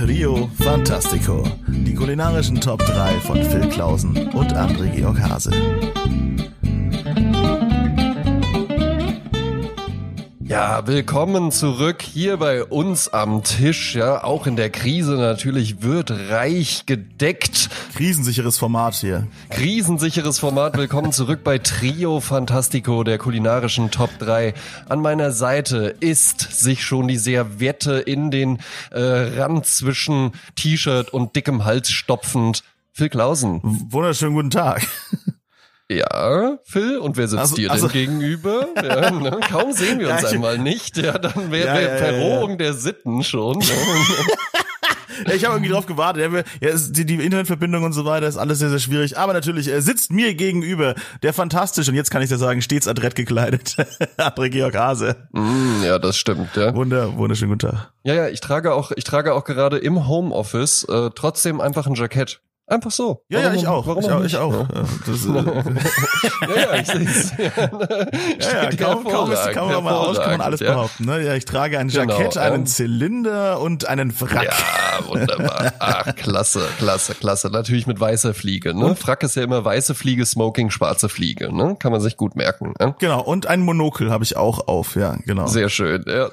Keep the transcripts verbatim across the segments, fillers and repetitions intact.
Trio Fantastico. Die kulinarischen Top drei von Phil Clausen und André Georg Hase. Ja, willkommen zurück hier bei uns am Tisch. Ja, auch in der Krise natürlich wird reich gedeckt. Krisensicheres Format hier. Krisensicheres Format. Willkommen zurück bei Trio Fantastico, der kulinarischen Top drei. An meiner Seite ist sich schon die Serviette in den äh, Rand zwischen T-Shirt und dickem Hals stopfend Phil Clausen. Wunderschönen guten Tag. Ja, Phil, und wer sitzt also, dir also, denn gegenüber? Ja, ne? Kaum sehen wir uns ja, ich, einmal nicht, ja, dann wäre ja, ja, Verrohung ja. der Sitten schon. Ne? Ja, ich habe irgendwie drauf gewartet. Ja, die, die Internetverbindung und so weiter ist alles sehr, sehr schwierig. Aber natürlich, er sitzt mir gegenüber, der fantastisch, und jetzt kann ich dir sagen, stets adrett gekleidet, André Georg Hase. Mm, ja, das stimmt, ja. Wunder, wunderschönen guten Tag. Ja, ja, ich trage auch, ich trage auch gerade im Homeoffice äh, trotzdem einfach ein Jackett. Einfach so. Ja, warum, ja, ich auch. Warum ich auch, auch, nicht? ich auch. Ja. Das, äh, ja, ja, ich seh's. Ja, ja, kaum, kaum ist, kann man mal aus, kann man alles ja. behaupten. Ne? Ja, ich trage ein Jackett, genau, einen ähm, Zylinder und einen Frack. Ja, wunderbar. Ach, klasse, klasse, klasse. Natürlich mit weißer Fliege. Ne? Und Frack ist ja immer weiße Fliege, Smoking, schwarze Fliege. Ne? Kann man sich gut merken. Ne? Genau, und ein Monokel habe ich auch auf. Ja, genau. Sehr schön, ja.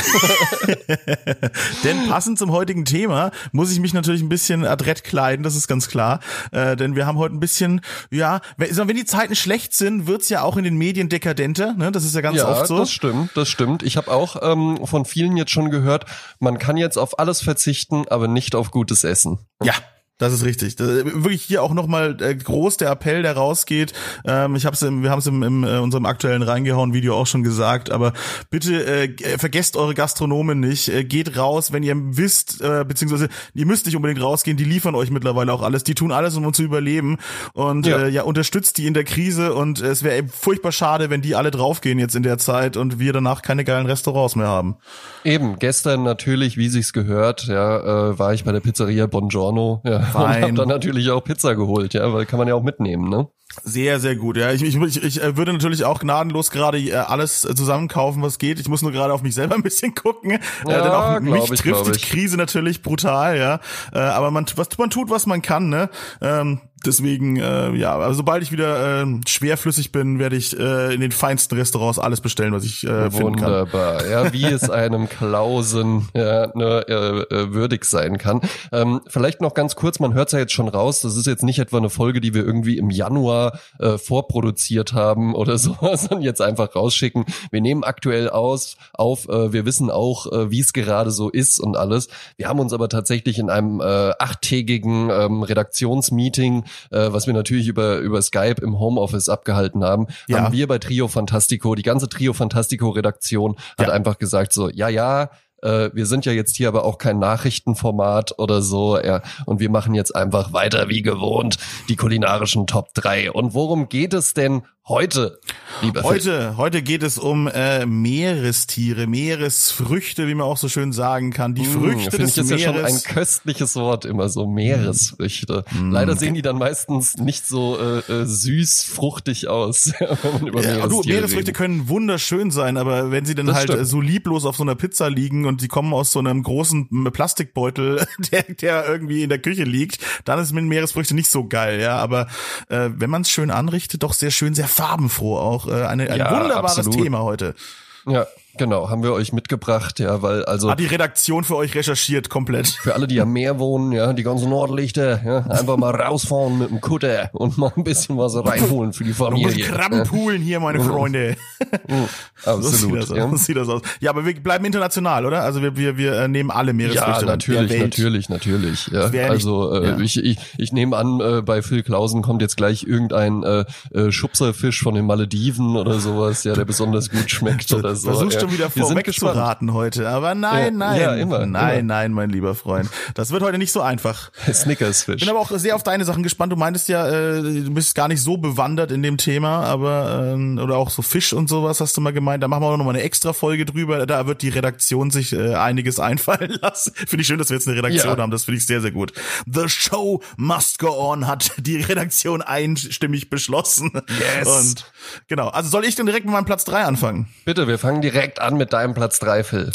Denn passend zum heutigen Thema muss ich mich natürlich ein bisschen adrett kleiden, das ist ganz klar. Äh, denn wir haben heute ein bisschen, ja, wenn, wenn die Zeiten schlecht sind, wird's ja auch in den Medien dekadenter, ne? Das ist ja ganz ja, oft so. Ja, das stimmt, das stimmt. Ich habe auch ähm, von vielen jetzt schon gehört, man kann jetzt auf alles verzichten, aber nicht auf gutes Essen. Ja. Das ist richtig. Das ist wirklich hier auch nochmal äh, groß der Appell, der rausgeht. Ähm, ich hab's im, wir haben es im, im äh, unserem aktuellen Reingehauen-Video auch schon gesagt, aber bitte äh, vergesst eure Gastronomen nicht. Äh, geht raus, wenn ihr wisst, äh, beziehungsweise ihr müsst nicht unbedingt rausgehen, die liefern euch mittlerweile auch alles. Die tun alles, um uns zu überleben. Und ja, äh, ja unterstützt die in der Krise, und äh, es wäre furchtbar schade, wenn die alle draufgehen jetzt in der Zeit und wir danach keine geilen Restaurants mehr haben. Eben, gestern natürlich, wie sich's gehört, ja, äh, war ich bei der Pizzeria Buongiorno, ja. Fein. Und hab dann natürlich auch Pizza geholt, ja, weil kann man ja auch mitnehmen, ne? Sehr, sehr gut, ja. Ich, ich, ich, ich würde natürlich auch gnadenlos gerade äh, alles zusammenkaufen, was geht. Ich muss nur gerade auf mich selber ein bisschen gucken. Ja, äh, denn auch mich ich, trifft die Krise natürlich brutal, ja. Äh, aber man, was, man tut, was man kann, ne? Ähm, Deswegen, äh, ja, also sobald ich wieder äh, schwerflüssig bin, werde ich äh, in den feinsten Restaurants alles bestellen, was ich äh, finden kann. Wunderbar, ja, wie es einem Klausen ja, ne, äh, würdig sein kann. Ähm, vielleicht noch ganz kurz, man hört es ja jetzt schon raus, das ist jetzt nicht etwa eine Folge, die wir irgendwie im Januar äh, vorproduziert haben oder so, sondern jetzt einfach rausschicken. Wir nehmen aktuell aus, auf, äh, wir wissen auch, äh, wie es gerade so ist und alles. Wir haben uns aber tatsächlich in einem äh, achttägigen ähm, Redaktionsmeeting, Äh, was wir natürlich über über Skype im Homeoffice abgehalten haben, ja. haben wir bei Trio Fantastico, die ganze Trio Fantastico Redaktion hat ja. einfach gesagt so, ja, ja, äh, wir sind ja jetzt hier aber auch kein Nachrichtenformat oder so, ja, und wir machen jetzt einfach weiter wie gewohnt die kulinarischen Top drei. Und worum geht es denn heute, lieber Heute, Phil? heute geht es um äh, Meerestiere, Meeresfrüchte, wie man auch so schön sagen kann. Die Früchte mmh, des ich, ist Meeres. Ja schon ein köstliches Wort immer so, Meeresfrüchte. Mmh. Leider sehen die dann meistens nicht so äh, äh, süß, fruchtig aus, wenn man über ja, Meerestiere du, Meeresfrüchte reden. können wunderschön sein, aber wenn sie dann das halt stimmt. so lieblos auf so einer Pizza liegen und die kommen aus so einem großen Plastikbeutel, der, der irgendwie in der Küche liegt, dann ist mit Meeresfrüchte nicht so geil, ja. Aber äh, wenn man es schön anrichtet, doch sehr schön, sehr farbenfroh auch. Äh, eine, ein ja, wunderbares absolut. Thema heute. Ja, genau, haben wir euch mitgebracht, ja, weil also... Hat die Redaktion für euch recherchiert, komplett. Für alle, die am Meer wohnen, ja, die ganzen Nordlichter, ja, einfach mal rausfahren mit dem Kutter und mal ein bisschen was reinholen für die Familie. Krabbenpoolen hier, meine Freunde. Absolut, so sieht das aus, ja. so sieht das aus. Ja, aber wir bleiben international, oder? Also wir wir wir nehmen alle Meeresfrüchte. Ja, natürlich, der Welt. natürlich, natürlich. Ja. Ja also nicht, äh, ja. ich, ich ich nehme an, äh, bei Phil Clausen kommt jetzt gleich irgendein äh, äh, Schubserfisch von den Malediven oder sowas, ja, der besonders gut schmeckt oder so. Versuchst ja. schon wieder vorweg zu raten heute, aber nein, ja, nein, ja, immer, nein, immer. nein, mein lieber Freund. Das wird heute nicht so einfach. Snickersfisch. Bin aber auch sehr auf deine Sachen gespannt. Du meintest ja, äh, du bist gar nicht so bewandert in dem Thema, aber äh, oder auch so Fisch und sowas hast du mal gemeint. Da machen wir auch noch mal eine extra Folge drüber. Da wird die Redaktion sich äh, einiges einfallen lassen. Finde ich schön, dass wir jetzt eine Redaktion ja. haben. Das finde ich sehr, sehr gut. The show must go on, hat die Redaktion einstimmig beschlossen. Yes. Und genau. Also soll ich dann direkt mit meinem Platz drei anfangen? Bitte, wir fangen direkt an mit deinem Platz drei, Phil.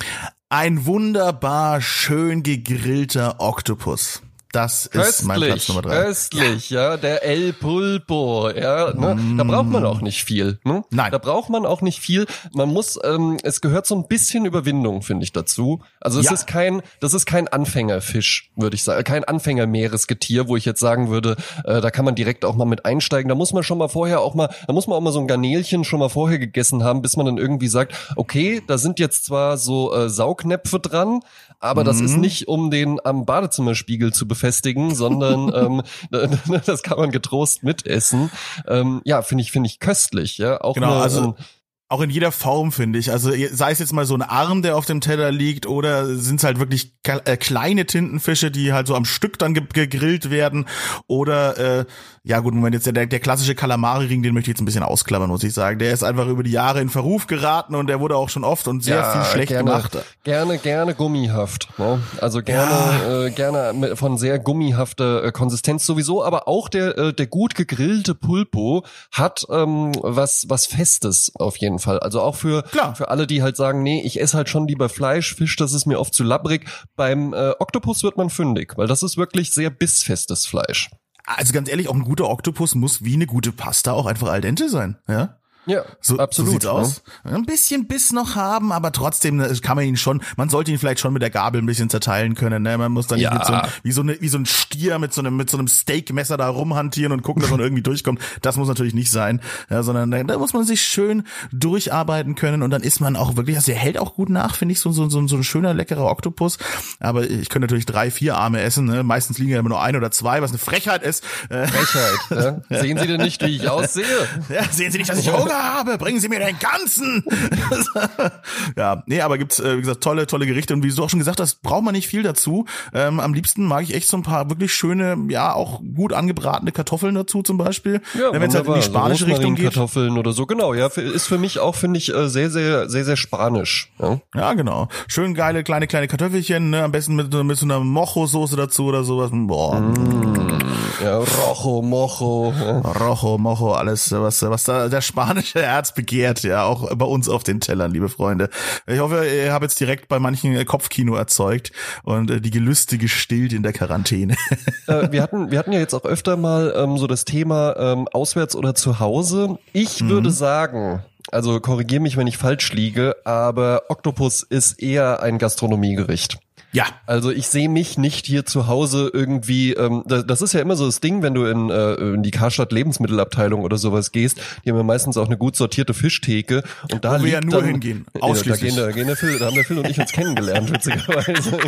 Ein wunderbar schön gegrillter Oktopus. Das ist köstlich, mein Platz Nummer drei. Köstlich, ja, ja der El Pulpo, ja, ne? Mm. Da braucht man auch nicht viel, ne? Nein. Da braucht man auch nicht viel. Man muss, ähm, es gehört so ein bisschen Überwindung, finde ich, dazu. Also es ja. ist kein, das ist kein Anfängerfisch, würde ich sagen, kein Anfängermeeresgetier, wo ich jetzt sagen würde, äh, da kann man direkt auch mal mit einsteigen. Da muss man schon mal vorher auch mal, da muss man auch mal so ein Garnelchen schon mal vorher gegessen haben, bis man dann irgendwie sagt, okay, da sind jetzt zwar so äh, Saugnäpfe dran, aber mm. das ist nicht, um den am Badezimmerspiegel zu befestigen, sondern ähm, das kann man getrost mitessen. Ähm, ja, finde ich, finde ich köstlich, ja. Auch genau, eine, also ähm, auch in jeder Form, finde ich. Also sei es jetzt mal so ein Arm, der auf dem Teller liegt, oder sind es halt wirklich äh, kleine Tintenfische, die halt so am Stück dann ge- gegrillt werden, oder äh, ja gut, Moment, jetzt der, der klassische Kalamari-Ring, den möchte ich jetzt ein bisschen ausklammern, muss ich sagen. Der ist einfach über die Jahre in Verruf geraten und der wurde auch schon oft und sehr ja, viel schlecht gerne, gemacht. Gerne, gerne gummihaft. Ne? Also gerne, ja. äh, gerne von sehr gummihafter äh, Konsistenz sowieso, aber auch der äh, der gut gegrillte Pulpo hat ähm, was was Festes auf jeden Fall. Also auch für Klar. für alle, die halt sagen, nee, ich esse halt schon lieber Fleisch, Fisch, das ist mir oft zu labbrig. Beim äh, Oktopus wird man fündig, weil das ist wirklich sehr bissfestes Fleisch. Also ganz ehrlich, auch ein guter Oktopus muss wie eine gute Pasta auch einfach al dente sein, ja? Ja, so, absolut. So sieht's aus. Ne? Ein bisschen Biss noch haben, aber trotzdem kann man ihn schon, man sollte ihn vielleicht schon mit der Gabel ein bisschen zerteilen können, ne? Man muss dann ja. nicht mit so, wie so eine, wie so ein Stier mit so einem, mit so einem Steakmesser da rumhantieren und gucken, dass man irgendwie durchkommt. Das muss natürlich nicht sein, ja, sondern da muss man sich schön durcharbeiten können und dann ist man auch wirklich, also er hält auch gut nach, finde ich, so, so, so, so ein schöner, leckerer Oktopus. Aber ich könnte natürlich drei, vier Arme essen, ne? Meistens liegen ja immer nur ein oder zwei, was eine Frechheit ist. Frechheit, ja? Sehen Sie denn nicht, wie ich aussehe? Ja, sehen Sie nicht, dass ich Hunger habe? Bringen Sie mir den ganzen. Ja, nee, aber gibt's, äh, wie gesagt, tolle, tolle Gerichte und wie du auch schon gesagt hast, braucht man nicht viel dazu. Ähm, am liebsten mag ich echt so ein paar wirklich schöne, ja, auch gut angebratene Kartoffeln dazu zum Beispiel. Ja, wenn es halt in die spanische so Richtung geht. Kartoffeln oder so, genau, ja, ist für mich auch, finde ich, sehr, sehr, sehr, sehr spanisch. Ja, ja genau. Schön geile, kleine, kleine Kartoffelchen, ne? Am besten mit, mit so einer Mojo-Soße dazu oder sowas. Boah. Mm, ja, Rojo, Mojo. Ja. Rojo, Mojo, alles, was, was da der spanische Herz begehrt. Ja, auch bei uns auf den Tellern, liebe Freunde. Ich hoffe, ihr habt jetzt direkt bei manchen Kopfkino erzeugt und äh, die Gelüste gestillt in der Quarantäne. Äh, wir hatten, wir hatten ja jetzt auch öfter mal ähm, so das Thema ähm, auswärts oder zu Hause. Ich mhm. würde sagen, also korrigiere mich, wenn ich falsch liege, aber Oktopus ist eher ein Gastronomiegericht. Ja. Also ich sehe mich nicht hier zu Hause irgendwie, ähm, das, das ist ja immer so das Ding, wenn du in, äh, in die Karstadt Lebensmittelabteilung oder sowas gehst, die haben ja meistens auch eine gut sortierte Fischtheke und da Wo wir liegt ja nur dann, hingehen, ausschließlich. Ja, da, gehen, da, gehen der Phil, da haben der Phil und ich uns kennengelernt, witzigerweise.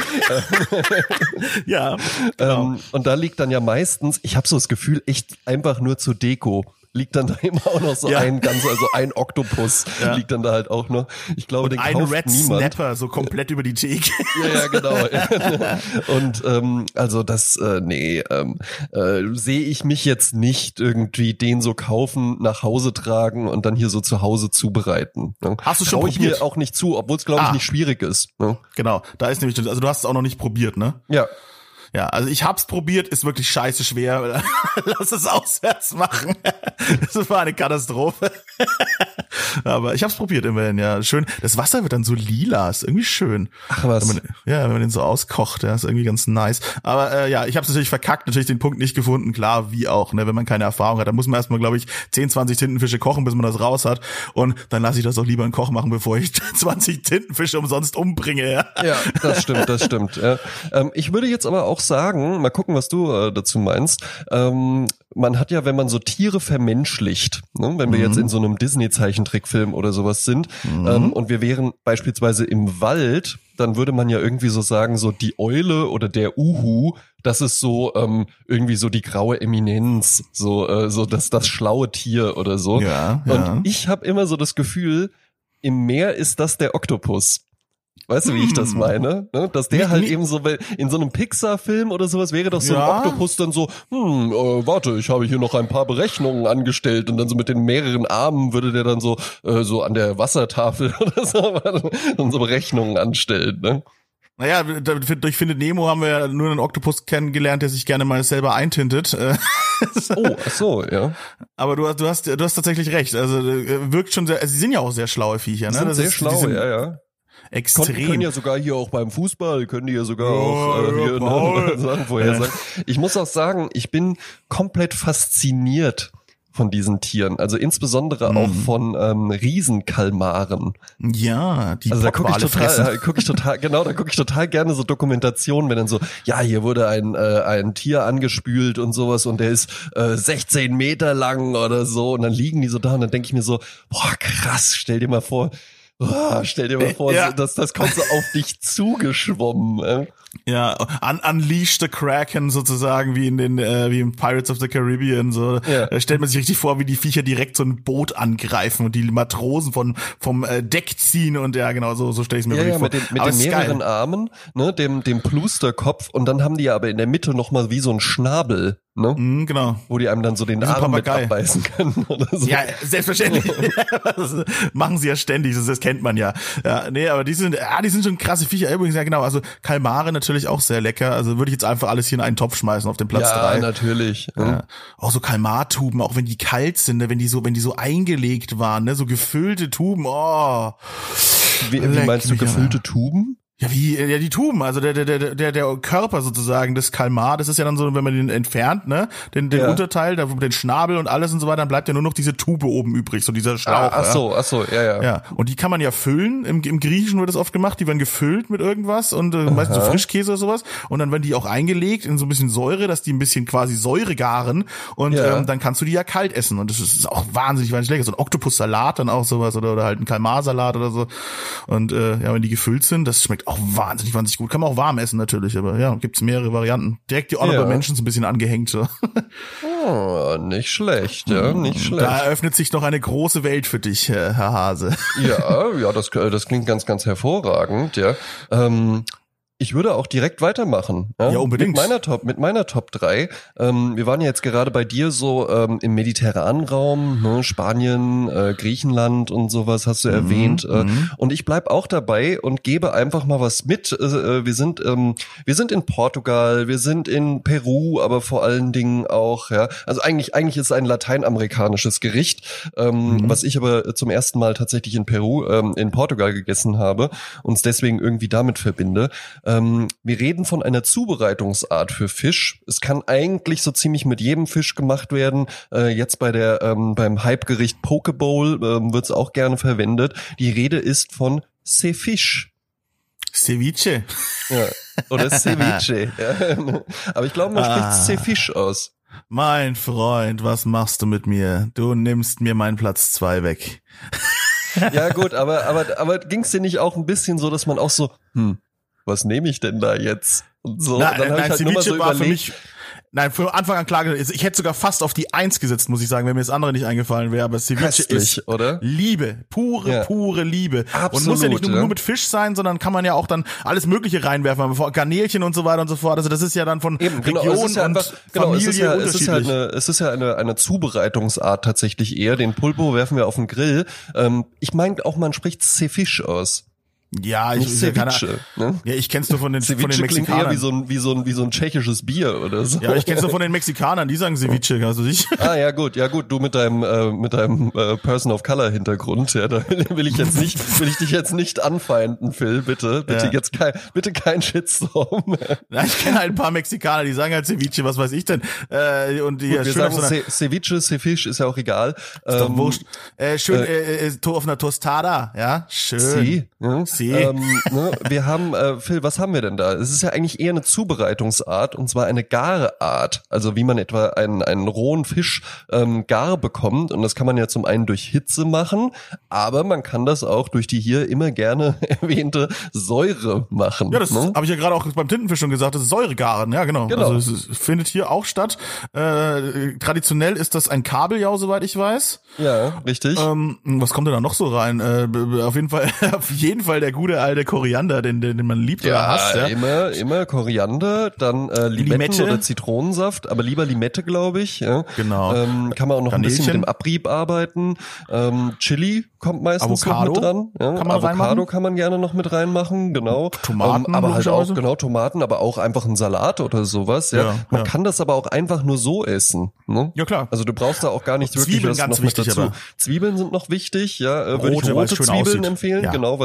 Ja, genau. ähm, und da liegt dann ja meistens, ich habe so das Gefühl, echt einfach nur zur Deko. Liegt dann da immer auch noch so ja. ein ganz, also ein Oktopus ja. liegt dann da halt auch noch. Ich glaube, und den ein kauft Red niemand. Snapper so komplett über die Theke. Ja, ja, genau. Und ähm, also das, äh, nee, ähm, äh, sehe ich mich jetzt nicht irgendwie den so kaufen, nach Hause tragen und dann hier so zu Hause zubereiten. Ne? Hast du schon Trau ich probiert? mir auch nicht zu, obwohl es glaube ich ah. nicht schwierig ist. Ne? Genau, da ist nämlich, also du hast es auch noch nicht probiert, ne? Ja. Ja, also ich hab's probiert, ist wirklich scheiße schwer. Lass es auswärts machen. Das war eine Katastrophe. Aber ich hab's probiert immerhin, ja. Schön. Das Wasser wird dann so lila, ist irgendwie schön. Ach was. Wenn man, ja, wenn man den so auskocht, ja, ist irgendwie ganz nice. Aber äh, ja, ich hab's natürlich verkackt, natürlich den Punkt nicht gefunden, klar, wie auch, ne, wenn man keine Erfahrung hat. Da muss man erstmal, glaube ich, zehn, zwanzig Tintenfische kochen, bis man das raus hat. Und dann lasse ich das auch lieber in Koch machen, bevor ich zwanzig Tintenfische umsonst umbringe, ja. Ja, das stimmt, das stimmt. Ja. Ähm, ich würde jetzt aber auch sagen, mal gucken, was du äh, dazu meinst. Ähm, man hat ja, wenn man so Tiere vermenschlicht, ne, wenn wir mhm. jetzt in so einem Disney-Zeichentrickfilm oder sowas sind, mhm. ähm, und wir wären beispielsweise im Wald, dann würde man ja irgendwie so sagen, so die Eule oder der Uhu, das ist so ähm, irgendwie so die graue Eminenz, so äh, so das das schlaue Tier oder so. Ja, und ja. ich habe immer so das Gefühl, im Meer ist das der Oktopus. Weißt du, wie ich das meine? Ne? Dass der Wie- halt wie- eben so, weil in so einem Pixar-Film oder sowas wäre doch so Ja. ein Oktopus dann so, hm, äh, warte, ich habe hier noch ein paar Berechnungen angestellt und dann so mit den mehreren Armen würde der dann so äh, so an der Wassertafel oder so und so Berechnungen anstellen, ne? Naja, da- durch Findet Nemo haben wir ja nur einen Oktopus kennengelernt, der sich gerne mal selber eintintet. Äh, Oh, ach so, ja. Aber du hast, du hast, du hast tatsächlich recht. Also äh, wirkt schon sehr, also sie sind ja auch sehr schlaue Viecher, ne? Die sind Das sehr ist, schlau, die sind, ja, ja. Extrem. Kon, können ja sogar hier auch beim Fußball, können die ja sogar oh, auch äh, hier ja, ne, sagen, vorher sagen. Ich muss auch sagen, ich bin komplett fasziniert von diesen Tieren, also insbesondere mhm. auch von ähm, Riesenkalmaren. Ja, die also da gucke ich total, fressen. da gucke ich total, genau, da gucke ich total gerne so Dokumentationen, wenn dann so, ja, hier wurde ein äh, ein Tier angespült und sowas und der ist äh, sechzehn Meter lang oder so und dann liegen die so da und dann denke ich mir so, boah krass, stell dir mal vor, oh, stell dir mal vor, ja. so, das das kommt so auf dich zugeschwommen. Äh. Ja, un Unleash the Kraken sozusagen, wie in den äh, wie in Pirates of the Caribbean. So, ja. Da stellt man sich richtig vor, wie die Viecher direkt so ein Boot angreifen und die Matrosen von vom äh, Deck ziehen und ja, genau so so stelle ich mir ja, wirklich ja, vor. Mit den, mit den mehreren geil. Armen, ne, dem dem Plusterkopf und dann haben die ja aber in der Mitte noch mal wie so ein Schnabel, ne? Mm, genau. Wo die einem dann so den Arm mit abbeißen können oder so. Ja, selbstverständlich. Das machen sie ja ständig, das, das kennt man ja. Ja, nee, aber die sind ja, die sind schon krasse Viecher übrigens, ja genau, also Kalmare natürlich auch sehr lecker. Also würde ich jetzt einfach alles hier in einen Topf schmeißen auf den Platz drei. Ja, natürlich. Ja. Auch so Kalmartuben, auch wenn die kalt sind, ne, wenn die so, wenn die so eingelegt waren, ne, so gefüllte Tuben. Oh. Wie, wie meinst du gefüllte Tuben? Ja, wie, ja, die Tuben, also der, der, der, der, der Körper sozusagen des Kalmar, das ist ja dann so, wenn man den entfernt, ne, den, den ja. Unterteil, den Schnabel und alles und so weiter, dann bleibt ja nur noch diese Tube oben übrig, so dieser Schlauch. Ah, ach so, ja. ach so, ja, ja. Ja, und die kann man ja füllen, im, im Griechischen wird das oft gemacht, die werden gefüllt mit irgendwas und äh, meistens so Frischkäse oder sowas und dann werden die auch eingelegt in so ein bisschen Säure, dass die ein bisschen quasi Säure garen und ja. ähm, dann kannst du die ja kalt essen und das ist, ist auch wahnsinnig, wahnsinnig lecker. So ein Oktopussalat dann auch sowas oder, oder halt ein Kalmarsalat oder so und äh, ja, wenn die gefüllt sind, das schmeckt auch wahnsinnig, wahnsinnig gut. Kann man auch warm essen natürlich, aber ja, gibt's mehrere Varianten. Direkt die Honorable ja. Mentions ein bisschen angehängt. So. Oh, nicht schlecht, ja, nicht schlecht. Da eröffnet sich noch eine große Welt für dich, Herr Hase. Ja, ja, das, das klingt ganz, ganz hervorragend, ja. Ähm, Ich würde auch direkt weitermachen. Ja, ja unbedingt. Mit meiner Top, mit meiner Top drei. Ähm, wir waren ja jetzt gerade bei dir so ähm, im mediterranen Raum, ne, Spanien, äh, Griechenland und sowas hast du mhm, erwähnt. Äh, und ich bleib auch dabei und gebe einfach mal was mit. Äh, wir sind, ähm, wir sind in Portugal, wir sind in Peru, aber vor allen Dingen auch, ja. Also eigentlich, eigentlich ist es ein lateinamerikanisches Gericht, ähm, mhm. was ich aber zum ersten Mal tatsächlich in Peru, ähm, in Portugal gegessen habe und es deswegen irgendwie damit verbinde. Ähm, wir reden von einer Zubereitungsart für Fisch. Es kann eigentlich so ziemlich mit jedem Fisch gemacht werden. Äh, jetzt bei der ähm, beim Hype-Gericht Poke Bowl ähm, wird es auch gerne verwendet. Die Rede ist von Ceviche. Ceviche. Ja. Oder Ceviche. Ja. Aber ich glaube, man ah. spricht Ceviche aus. Mein Freund, was machst du mit mir? Du nimmst mir meinen Platz zwei weg. Ja gut, aber aber aber ging's dir nicht auch ein bisschen so, dass man auch so, hm, was nehme ich denn da jetzt? Und so, Na, und dann habe ich halt Ceviche nur mal so war überlegt. für mich, nein, von Anfang an klar, ich hätte sogar fast auf die Eins gesetzt, muss ich sagen, wenn mir das andere nicht eingefallen wäre, aber Ceviche Köstlich, ist oder? Liebe, pure, ja. pure Liebe. Absolut, und muss ja nicht nur, ja. nur mit Fisch sein, sondern kann man ja auch dann alles Mögliche reinwerfen, Garnelchen und so weiter und so fort. Also das ist ja dann von Eben, genau, Region ja und einfach, genau, Familie es ist ja, unterschiedlich. Es ist ja, eine, es ist ja eine, eine Zubereitungsart tatsächlich eher. Den Pulpo werfen wir auf den Grill. Ähm, ich meine auch, man spricht Ceviche aus. Ja, ich, Nicht ich Ceviche, ja, ne? ja, ich kenn's nur von den, Ceviche von den klingt Mexikanern. eher wie so ein, wie so ein, wie so ein tschechisches Bier oder so. Ja, ich kenn's nur von den Mexikanern, die sagen Ceviche, also ich. Ah, ja, gut, ja, gut, du mit deinem, äh, mit deinem, äh, Person of Color Hintergrund, ja, da will ich jetzt nicht, will ich dich jetzt nicht anfeinden, Phil, bitte, bitte ja. jetzt kein, bitte kein Shitstorm. Na, ich kenne halt ein paar Mexikaner, die sagen halt Ceviche, was weiß ich denn, äh, und die gut, wir schön sagen auf so einer, Ce- Ceviche, Ceviche ist ja auch egal. Ist doch Ähm, wurscht. Äh, schön, äh, äh, äh, auf einer Tostada, ja, schön. Sie, ja. Sie. Ähm, ne, wir haben, äh, Phil, was haben wir denn da? Es ist ja eigentlich eher eine Zubereitungsart und zwar eine Gareart. Also wie man etwa einen, einen rohen Fisch ähm, gar bekommt und das kann man ja zum einen durch Hitze machen, aber man kann das auch durch die hier immer gerne erwähnte Säure machen. Ja, das ne? habe ich ja gerade auch beim Tintenfisch schon gesagt, das ist Säuregaren, ja genau. Genau. Also es ist, findet hier auch statt. Äh, traditionell ist das ein Kabeljau, soweit ich weiß. Ja, richtig. Ähm, was kommt denn da noch so rein? Äh, auf jeden Fall, auf jeden Fall der gute alte Koriander, den, den, den man liebt ja, oder hasst. Ja, immer, immer Koriander, dann äh, Limetten Limette. oder Zitronensaft, aber lieber Limette, glaube ich. Ja. Genau. Ähm, kann man auch noch ein bisschen mit dem Abrieb arbeiten. Ähm, Chili kommt meistens Avocado noch mit dran. Ja. kann man Avocado reinmachen. kann man gerne noch mit reinmachen, genau. Tomaten, ähm, aber halt auch, logischerweise. genau, Tomaten, aber auch einfach ein Salat oder sowas. Ja. Ja, man ja. kann das aber auch einfach nur so essen. Ne? Ja, klar. Also du brauchst da auch gar nichts Zwiebeln wirklich was ganz noch mit wichtig, dazu. aber. Zwiebeln sind noch wichtig, ja. Äh, würde ich Rote, weil es rote schön Zwiebeln aussieht. empfehlen, Ja. genau, weil es schöner aussieht.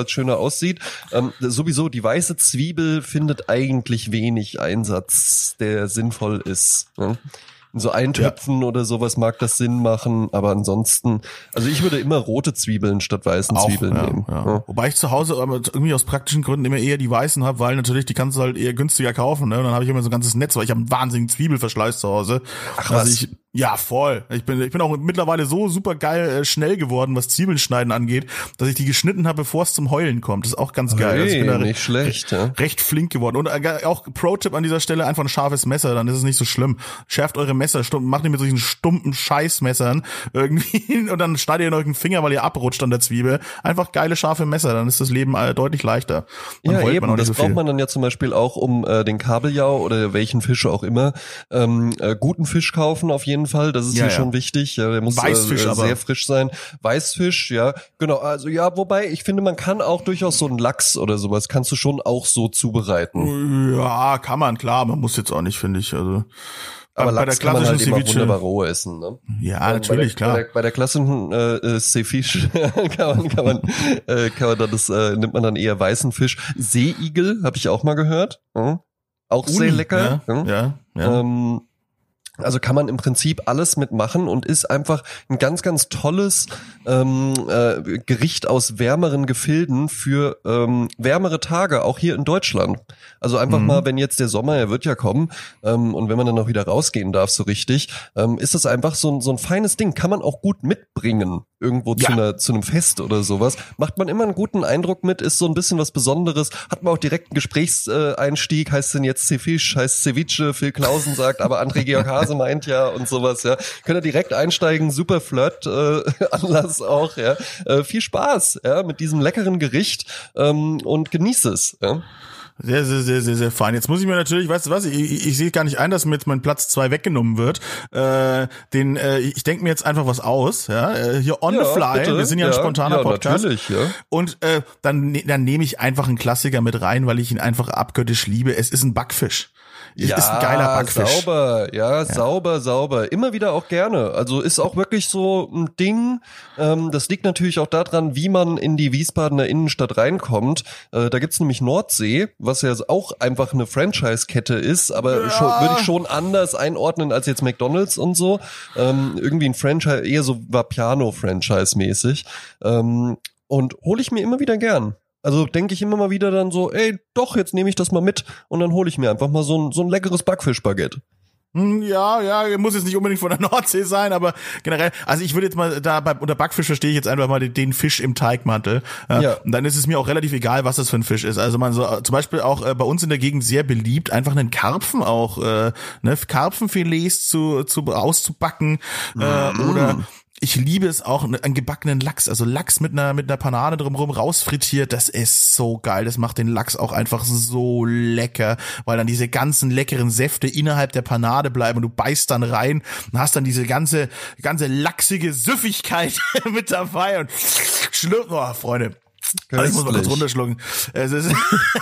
aussieht. Ähm, sowieso, die weiße Zwiebel findet eigentlich wenig Einsatz, der sinnvoll ist. Ne? In so Eintöpfen ja. oder sowas mag das Sinn machen, aber ansonsten, also ich würde immer rote Zwiebeln statt weißen Auch, Zwiebeln ja, nehmen. Ja. Ja. Wobei ich zu Hause aber irgendwie aus praktischen Gründen immer eher die weißen habe, weil natürlich die kannst du halt eher günstiger kaufen, ne? Und dann habe ich immer so ein ganzes Netz, weil ich habe einen wahnsinnigen Zwiebelverschleiß zu Hause. Ach, also was? ich Ja, voll. Ich bin ich bin auch mittlerweile so super geil äh, schnell geworden, was Zwiebeln schneiden angeht, dass ich die geschnitten habe, bevor es zum Heulen kommt. Das ist auch ganz geil. Hey, also ich bin da nicht schlecht, ja. recht flink geworden. Und äh, auch Pro-Tipp an dieser Stelle, einfach ein scharfes Messer, dann ist es nicht so schlimm. Schärft eure Messer, stumm, macht nicht mit solchen stumpen Scheißmessern irgendwie und dann schneidet ihr euren Finger, weil ihr abrutscht an der Zwiebel. Einfach geile, scharfe Messer, dann ist das Leben äh, deutlich leichter. Dann Ja, heult eben, man auch nicht das so braucht viel. man dann ja zum Beispiel auch, um äh, den Kabeljau oder welchen Fisch auch immer, ähm, äh, guten Fisch kaufen auf jeden Fall, das ist Ja, hier ja. schon wichtig, ja, der muss Weißfisch äh, aber. sehr frisch sein. Weißfisch, ja, genau, also ja, wobei, ich finde, man kann auch durchaus so einen Lachs oder sowas, kannst du schon auch so zubereiten. Ja, kann man, klar, man muss jetzt auch nicht, finde ich. Also Aber bei Lachs der kann man klassischen halt immer Ceviche- wunderbar roh essen, ne? Ja, Ähm, natürlich, bei der, klar. Bei der, bei der klassischen äh, äh, Ceviche kann man, kann man, äh, kann man dann das, äh, nimmt man dann eher weißen Fisch. Seeigel, habe ich auch mal gehört. Hm? Auch sehr Uni, lecker. Ja, Hm? ja, ja. Ähm, also kann man im Prinzip alles mitmachen und ist einfach ein ganz, ganz tolles ähm, äh, Gericht aus wärmeren Gefilden für ähm, wärmere Tage, auch hier in Deutschland. Also einfach Mhm. mal, wenn jetzt der Sommer, er wird ja kommen, ähm, und wenn man dann auch wieder rausgehen darf so richtig, ähm, ist das einfach so ein, so ein feines Ding. Kann man auch gut mitbringen, irgendwo Ja. zu einer zu einem Fest oder sowas. Macht man immer einen guten Eindruck mit, ist so ein bisschen was Besonderes. Hat man auch direkt einen Gesprächseinstieg, heißt denn jetzt Ceviche, heißt Ceviche, Phil Clausen sagt, aber André Georg Hase meint ja und sowas, ja. Könnt ihr direkt einsteigen, super Flirt, äh, Anlass auch, ja. Äh, viel Spaß, ja, mit diesem leckeren Gericht ähm, und genießt es, ja. Sehr, sehr, sehr, sehr, sehr fein. Jetzt muss ich mir natürlich, weißt du was, ich, ich, ich sehe gar nicht ein, dass mir jetzt mein Platz zwei weggenommen wird. Äh, den, äh, ich denke mir jetzt einfach was aus, ja. Äh, hier on Ja, the fly. bitte. Wir sind ja ein Ja, spontaner ja, Podcast. natürlich, ja. Und äh, dann, ne- dann nehme ich einfach einen Klassiker mit rein, weil ich ihn einfach abgöttisch liebe. Es ist ein Backfisch. Es Ja, ist ein geiler Backfisch. sauber, ja, sauber, sauber. Immer wieder auch gerne. Also ist auch wirklich so ein Ding. Ähm, das liegt natürlich auch daran, wie man in die Wiesbadener Innenstadt reinkommt. Äh, da gibt's nämlich Nordsee, was ja auch einfach eine Franchise-Kette ist, aber Ja. schon, würde ich schon anders einordnen als jetzt McDonald's und so. Ähm, irgendwie ein Franchise, eher so Vapiano-Franchise-mäßig. Ähm, und hole ich mir immer wieder gern. Also denke ich immer mal wieder dann so, ey, doch, jetzt nehme ich das mal mit und dann hole ich mir einfach mal so ein, so ein leckeres Backfischbaguette. Hm, Ja, ja, muss jetzt nicht unbedingt von der Nordsee sein, aber generell, also ich würde jetzt mal da bei unter Backfisch verstehe ich jetzt einfach mal den, den Fisch im Teigmantel. Äh, Ja. Und dann ist es mir auch relativ egal, was das für ein Fisch ist. Also man so äh, zum Beispiel auch äh, bei uns in der Gegend sehr beliebt, einfach einen Karpfen auch, äh, ne, Karpfenfilets zu, zu auszubacken äh, Mhm. oder ich liebe es auch, einen gebackenen Lachs, also Lachs mit einer mit einer Panade drumherum rausfrittiert, das ist so geil, das macht den Lachs auch einfach so lecker, weil dann diese ganzen leckeren Säfte innerhalb der Panade bleiben und du beißt dann rein und hast dann diese ganze ganze lachsige Süffigkeit mit dabei und schluck, oh Freunde. Also ich muss mal kurz Köstlich. runterschlucken. Es ist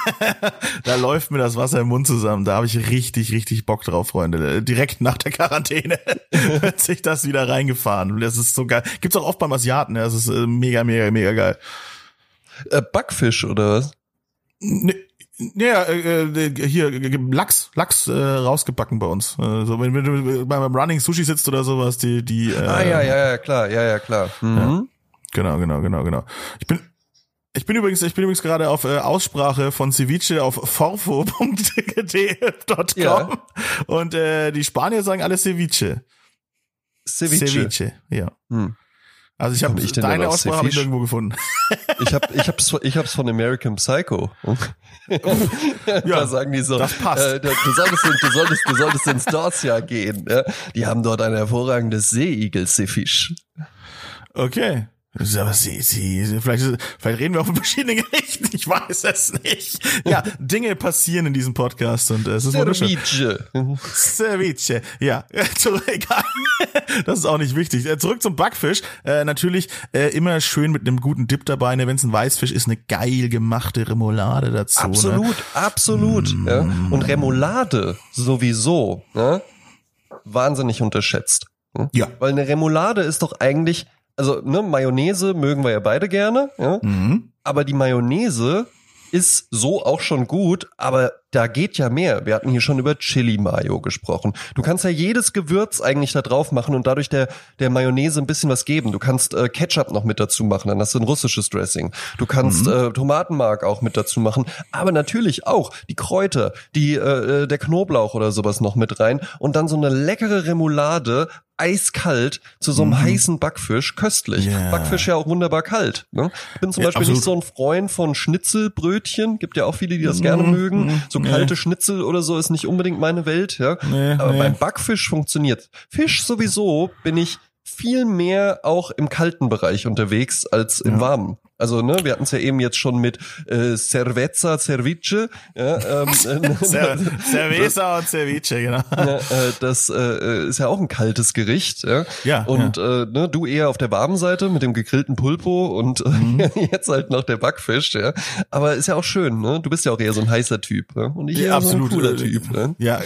da läuft mir das Wasser im Mund zusammen. Da habe ich richtig, richtig Bock drauf, Freunde. Direkt nach der Quarantäne hat sich das wieder reingefahren. Das ist so geil. Gibt's auch oft beim Asiaten. Ja, das ist äh, mega, mega, mega geil. Äh, Backfisch oder was? Ne, ja, äh, äh, hier äh, Lachs, Lachs äh, rausgebacken bei uns. Äh, so wenn, wenn du beim Running Sushi sitzt oder sowas, die die. Äh, Ah ja, ja, ja, klar, ja, ja, klar. Mhm. Genau, genau, genau, genau. Ich bin Ich bin übrigens, ich bin übrigens gerade auf äh, Aussprache von Ceviche auf forfo punkt de punkt com Ja. und äh, die Spanier sagen alle Ceviche. Ceviche. Ceviche, ja. Hm. Also ich Komm habe ich denn denn deine auf Aussprache habe ich Ceviche? nirgendwo gefunden. Ich hab, ich hab's, ich hab's von American Psycho. Ja, Da sagen die so, das passt. Äh, du, du solltest, in- du solltest, du solltest ins Dorsia gehen. Ja? Die haben dort ein hervorragendes Seeigel-Ceviche. Okay. Das ist aber sie, sie, vielleicht, vielleicht reden wir auch von verschiedenen Gerichten. Ich weiß es nicht. Ja, Dinge passieren in diesem Podcast und äh, es ist wunderschön. Ceviche. Ceviche, ja, zurück, egal. Das ist auch nicht wichtig. Äh, Zurück zum Backfisch. Äh, natürlich äh, immer schön mit einem guten Dip dabei. Ne? Wenn es ein Weißfisch ist, eine geil gemachte Remoulade dazu. Absolut, Ne? absolut. Mm. Ja. Und Remoulade sowieso, ne? Wahnsinnig unterschätzt. Hm? Ja. Weil eine Remoulade ist doch eigentlich also ne, Mayonnaise mögen wir ja beide gerne, ja? Mhm. Aber die Mayonnaise ist so auch schon gut, aber da geht ja mehr. Wir hatten hier schon über Chili-Mayo gesprochen. Du kannst ja jedes Gewürz eigentlich da drauf machen und dadurch der der Mayonnaise ein bisschen was geben. Du kannst äh, Ketchup noch mit dazu machen, dann hast du ein russisches Dressing. Du kannst mhm. äh, Tomatenmark auch mit dazu machen, aber natürlich auch die Kräuter, die äh, der Knoblauch oder sowas noch mit rein und dann so eine leckere Remoulade, eiskalt zu so einem mm. heißen Backfisch, köstlich. Yeah. Backfisch ja auch wunderbar kalt. Ne? Ich bin zum ja, Beispiel absolut. nicht so ein Freund von Schnitzelbrötchen, gibt ja auch viele, die das mm. gerne mögen. Mm. So kalte nee. Schnitzel oder so ist nicht unbedingt meine Welt. Ja, nee, aber nee. beim Backfisch funktioniert. Fisch sowieso bin ich viel mehr auch im kalten Bereich unterwegs als im ja. warmen. Also, ne, wir hatten es ja eben jetzt schon mit äh, Cerveza, Cervice, ja, ähm, Cerveza und Cervice, genau. Ja, äh, das äh, ist ja auch ein kaltes Gericht, ja. ja und ja. Äh, ne, du eher auf der warmen Seite mit dem gegrillten Pulpo und äh, mhm. jetzt halt noch der Backfisch, ja. Aber ist ja auch schön, ne? Du bist ja auch eher so ein heißer Typ, ja? Und ich ja, eher absolut. so ein cooler Typ, ne? Ja.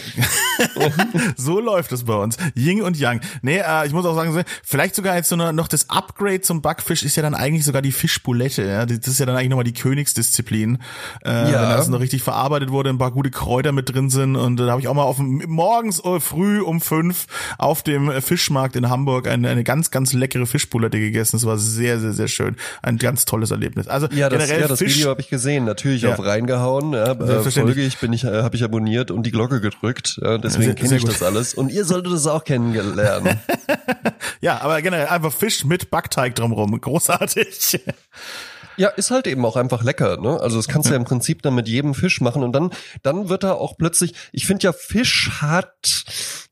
So läuft es bei uns. Yin und Yang. Nee, äh, ich muss auch sagen, vielleicht sogar jetzt so noch das Upgrade zum Backfisch ist ja dann eigentlich sogar die Fischboulette. Ja, das ist ja dann eigentlich nochmal die Königsdisziplin, äh, ja. wenn das noch richtig verarbeitet wurde, ein paar gute Kräuter mit drin sind und äh, da habe ich auch mal auf dem, morgens oh, früh um fünf auf dem Fischmarkt in Hamburg eine, eine ganz, ganz leckere Fischboulette gegessen. Das war sehr, sehr, sehr schön. Ein ganz tolles Erlebnis. Also ja, das, generell ja, das Fisch, Video habe ich gesehen, natürlich ja. auch reingehauen, ja, äh, Folge ich bin ich äh, habe ich abonniert und die Glocke gedrückt, ja, deswegen kenne ich gut. das alles und ihr solltet es auch kennenlernen. Ja, aber generell einfach Fisch mit Backteig drumherum, großartig. Ja, ist halt eben auch einfach lecker, ne? Also das kannst du ja im Prinzip dann mit jedem Fisch machen und dann dann wird er auch plötzlich, ich finde ja Fisch hat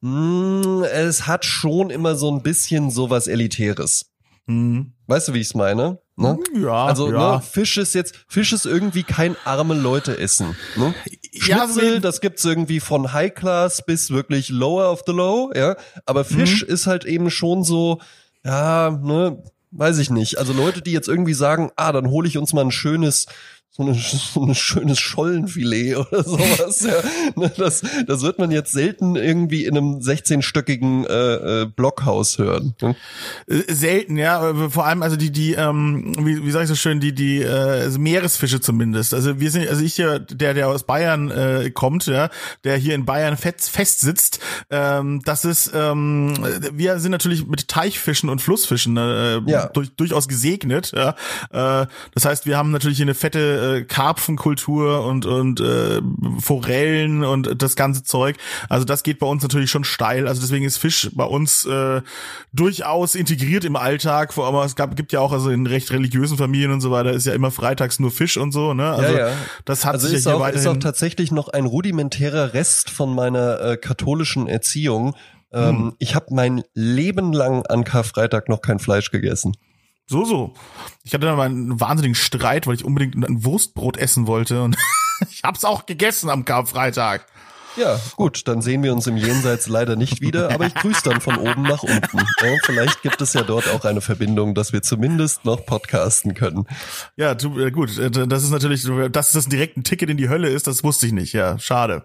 mh, es hat schon immer so ein bisschen sowas Elitäres. Mhm. Weißt du, wie ich's meine? Ne? Ja, also ja. Ne, Fisch ist jetzt Fisch ist irgendwie kein arme Leute essen, ne? Schnitzel, ja, das gibt's irgendwie von High Class bis wirklich Lower of the Low, ja, aber Fisch mhm. ist halt eben schon so, ja, ne, weiß ich nicht. Also Leute, die jetzt irgendwie sagen, ah, dann hole ich uns mal ein schönes, so, eine, so ein schönes Schollenfilet oder sowas. Ja. Das, das wird man jetzt selten irgendwie in einem sechzehnstöckigen äh, äh, Blockhaus hören. Hm? Selten, ja. Vor allem also die, die, ähm, wie, wie sag ich so schön, die, die äh, Meeresfische zumindest. Also wir sind, also ich hier, der, der aus Bayern äh, kommt, ja, der hier in Bayern fest, fest sitzt, ähm, das ist, ähm, wir sind natürlich mit Teichfischen und Flussfischen äh, ja. durch, durchaus gesegnet. Ja. Äh, das heißt, wir haben natürlich hier eine fette äh, Karpfenkultur und und äh, Forellen und das ganze Zeug. Also das geht bei uns natürlich schon steil. Also deswegen ist Fisch bei uns äh, durchaus integriert im Alltag. Vor allem es gab, gibt ja auch also in recht religiösen Familien und so weiter ist ja immer freitags nur Fisch und so. Ne? Also ja, ja. das hat also sich ist ja hier auch, weiterhin. Ist auch tatsächlich noch ein rudimentärer Rest von meiner äh, katholischen Erziehung. Ähm, hm. Ich habe mein Leben lang an Karfreitag noch kein Fleisch gegessen. So, so. Ich hatte da mal einen wahnsinnigen Streit, weil ich unbedingt ein Wurstbrot essen wollte und ich hab's auch gegessen am Karfreitag. Ja, gut, dann sehen wir uns im Jenseits leider nicht wieder, aber ich grüße dann von oben nach unten. Ja, vielleicht gibt es ja dort auch eine Verbindung, dass wir zumindest noch podcasten können. Ja, du, äh, gut, das ist natürlich, dass das direkt ein Ticket in die Hölle ist, das wusste ich nicht, ja, schade.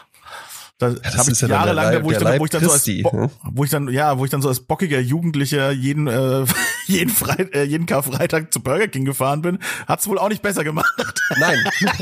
Das, ja, das habe ich ja jahrelang, da, wo ich dann, wo ich dann so als, Bo- wo ich dann, ja, wo ich dann so als bockiger Jugendlicher jeden, äh, jeden Freit- äh, jeden Karfreitag zu Burger King gefahren bin, hat's wohl auch nicht besser gemacht. Nein.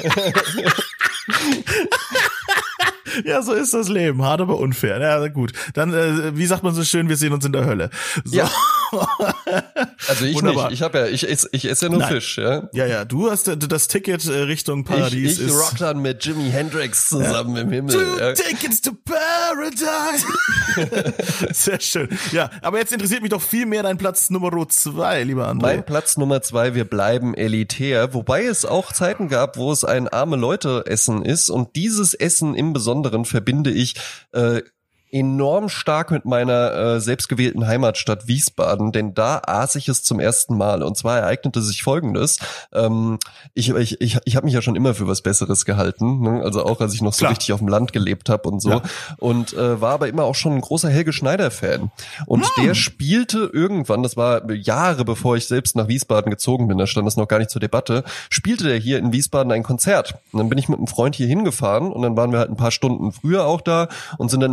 Ja, so ist das Leben. Hart, aber unfair. Ja, gut. Dann, äh, wie sagt man so schön, wir sehen uns in der Hölle. So. Ja. Also ich Wunderbar. nicht. Ich habe ja, ich esse, ich esse ja nur Nein. Fisch, ja. Ja, ja. Du hast das Ticket Richtung Paradies. Ich, ich rock dann mit Jimi Hendrix zusammen ja. im Himmel. Two ja. Tickets to Paradise. Sehr schön. Ja, aber jetzt interessiert mich doch viel mehr dein Platz Nummer zwei, lieber André. Mein Platz Nummer zwei, wir bleiben elitär, wobei es auch Zeiten gab, wo es ein arme Leute Essen ist und dieses Essen im Besonderen verbinde ich äh, enorm stark mit meiner äh, selbstgewählten Heimatstadt Wiesbaden, denn da aß ich es zum ersten Mal. Und zwar ereignete sich Folgendes. Ähm, ich ich, ich, ich habe mich ja schon immer für was Besseres gehalten, ne? Also auch als ich noch so Klar. richtig auf dem Land gelebt habe und so. Ja. Und äh, war aber immer auch schon ein großer Helge Schneider-Fan. Und hm. der spielte irgendwann, das war Jahre bevor ich selbst nach Wiesbaden gezogen bin, da stand das noch gar nicht zur Debatte, spielte der hier in Wiesbaden ein Konzert. Und dann bin ich mit einem Freund hier hingefahren und dann waren wir halt ein paar Stunden früher auch da und sind dann in die Innenstadt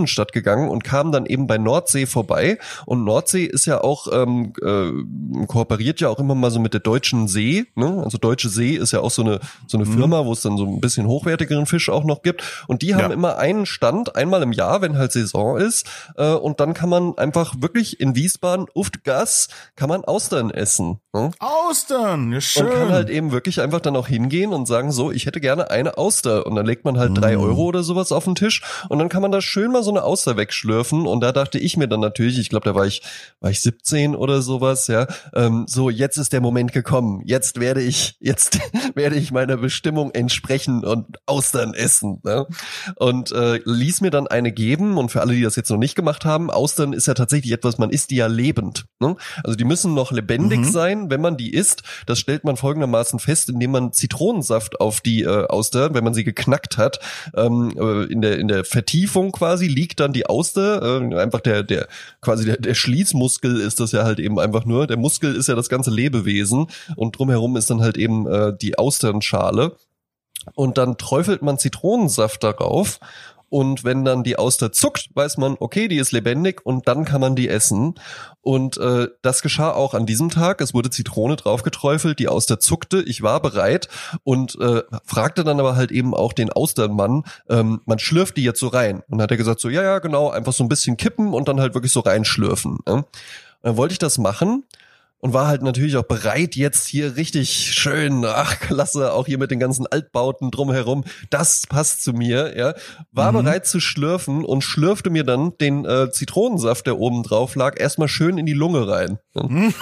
Innenstadt gegangen und kam dann eben bei Nordsee vorbei. Und Nordsee ist ja auch, ähm, äh, kooperiert ja auch immer mal so mit der Deutschen See, ne? Also Deutsche See ist ja auch so eine so eine Firma, wo es dann so ein bisschen hochwertigeren Fisch auch noch gibt. Und die haben ja. immer einen Stand, einmal im Jahr, wenn halt Saison ist. Äh, und dann kann man einfach wirklich in Wiesbaden, uft Gas, kann man Austern essen. Ne? Austern, ja schön. Und kann halt eben wirklich einfach dann auch hingehen und sagen, so, ich hätte gerne eine Auster. Und dann legt man halt drei mm. Euro oder sowas auf den Tisch. Und dann kann man da schön mal so eine Auster wegschlürfen. Und da dachte ich mir dann natürlich, ich glaube, da war ich war ich siebzehn oder sowas, ja. Ähm, so, jetzt ist der Moment gekommen. Jetzt werde ich, jetzt werde ich meiner Bestimmung entsprechen und Austern essen. Ne? Und äh, ließ mir dann eine geben. Und für alle, die das jetzt noch nicht gemacht haben, Austern ist ja tatsächlich etwas, man isst die ja lebend. Ne? Also die müssen noch lebendig mhm. sein, wenn man die isst. Das stellt man folgendermaßen fest, indem man Zitronensaft auf die äh, Auster, wenn man sie geknackt hat, ähm, äh, in der in der Vertiefung quasi liegt dann die Auster, äh, einfach der der quasi der, der Schließmuskel ist das ja halt eben einfach nur. Der Muskel ist ja das ganze Lebewesen und drumherum ist dann halt eben äh, die Austernschale. Und dann träufelt man Zitronensaft darauf. Und wenn dann die Auster zuckt, weiß man, okay, die ist lebendig und dann kann man die essen. Und äh, das geschah auch an diesem Tag. Es wurde Zitrone draufgeträufelt, die Auster zuckte, ich war bereit und äh, fragte dann aber halt eben auch den Austernmann, ähm, man schlürft die jetzt so rein. Und dann hat er gesagt so, ja, ja, genau, einfach so ein bisschen kippen und dann halt wirklich so reinschlürfen. Ne? Und dann wollte ich das machen. Und war halt natürlich auch bereit, jetzt hier richtig schön, ach klasse, auch hier mit den ganzen Altbauten drumherum, das passt zu mir, ja. War mhm. bereit zu schlürfen und schlürfte mir dann den äh, Zitronensaft, der oben drauf lag, erstmal schön in die Lunge rein. Mhm.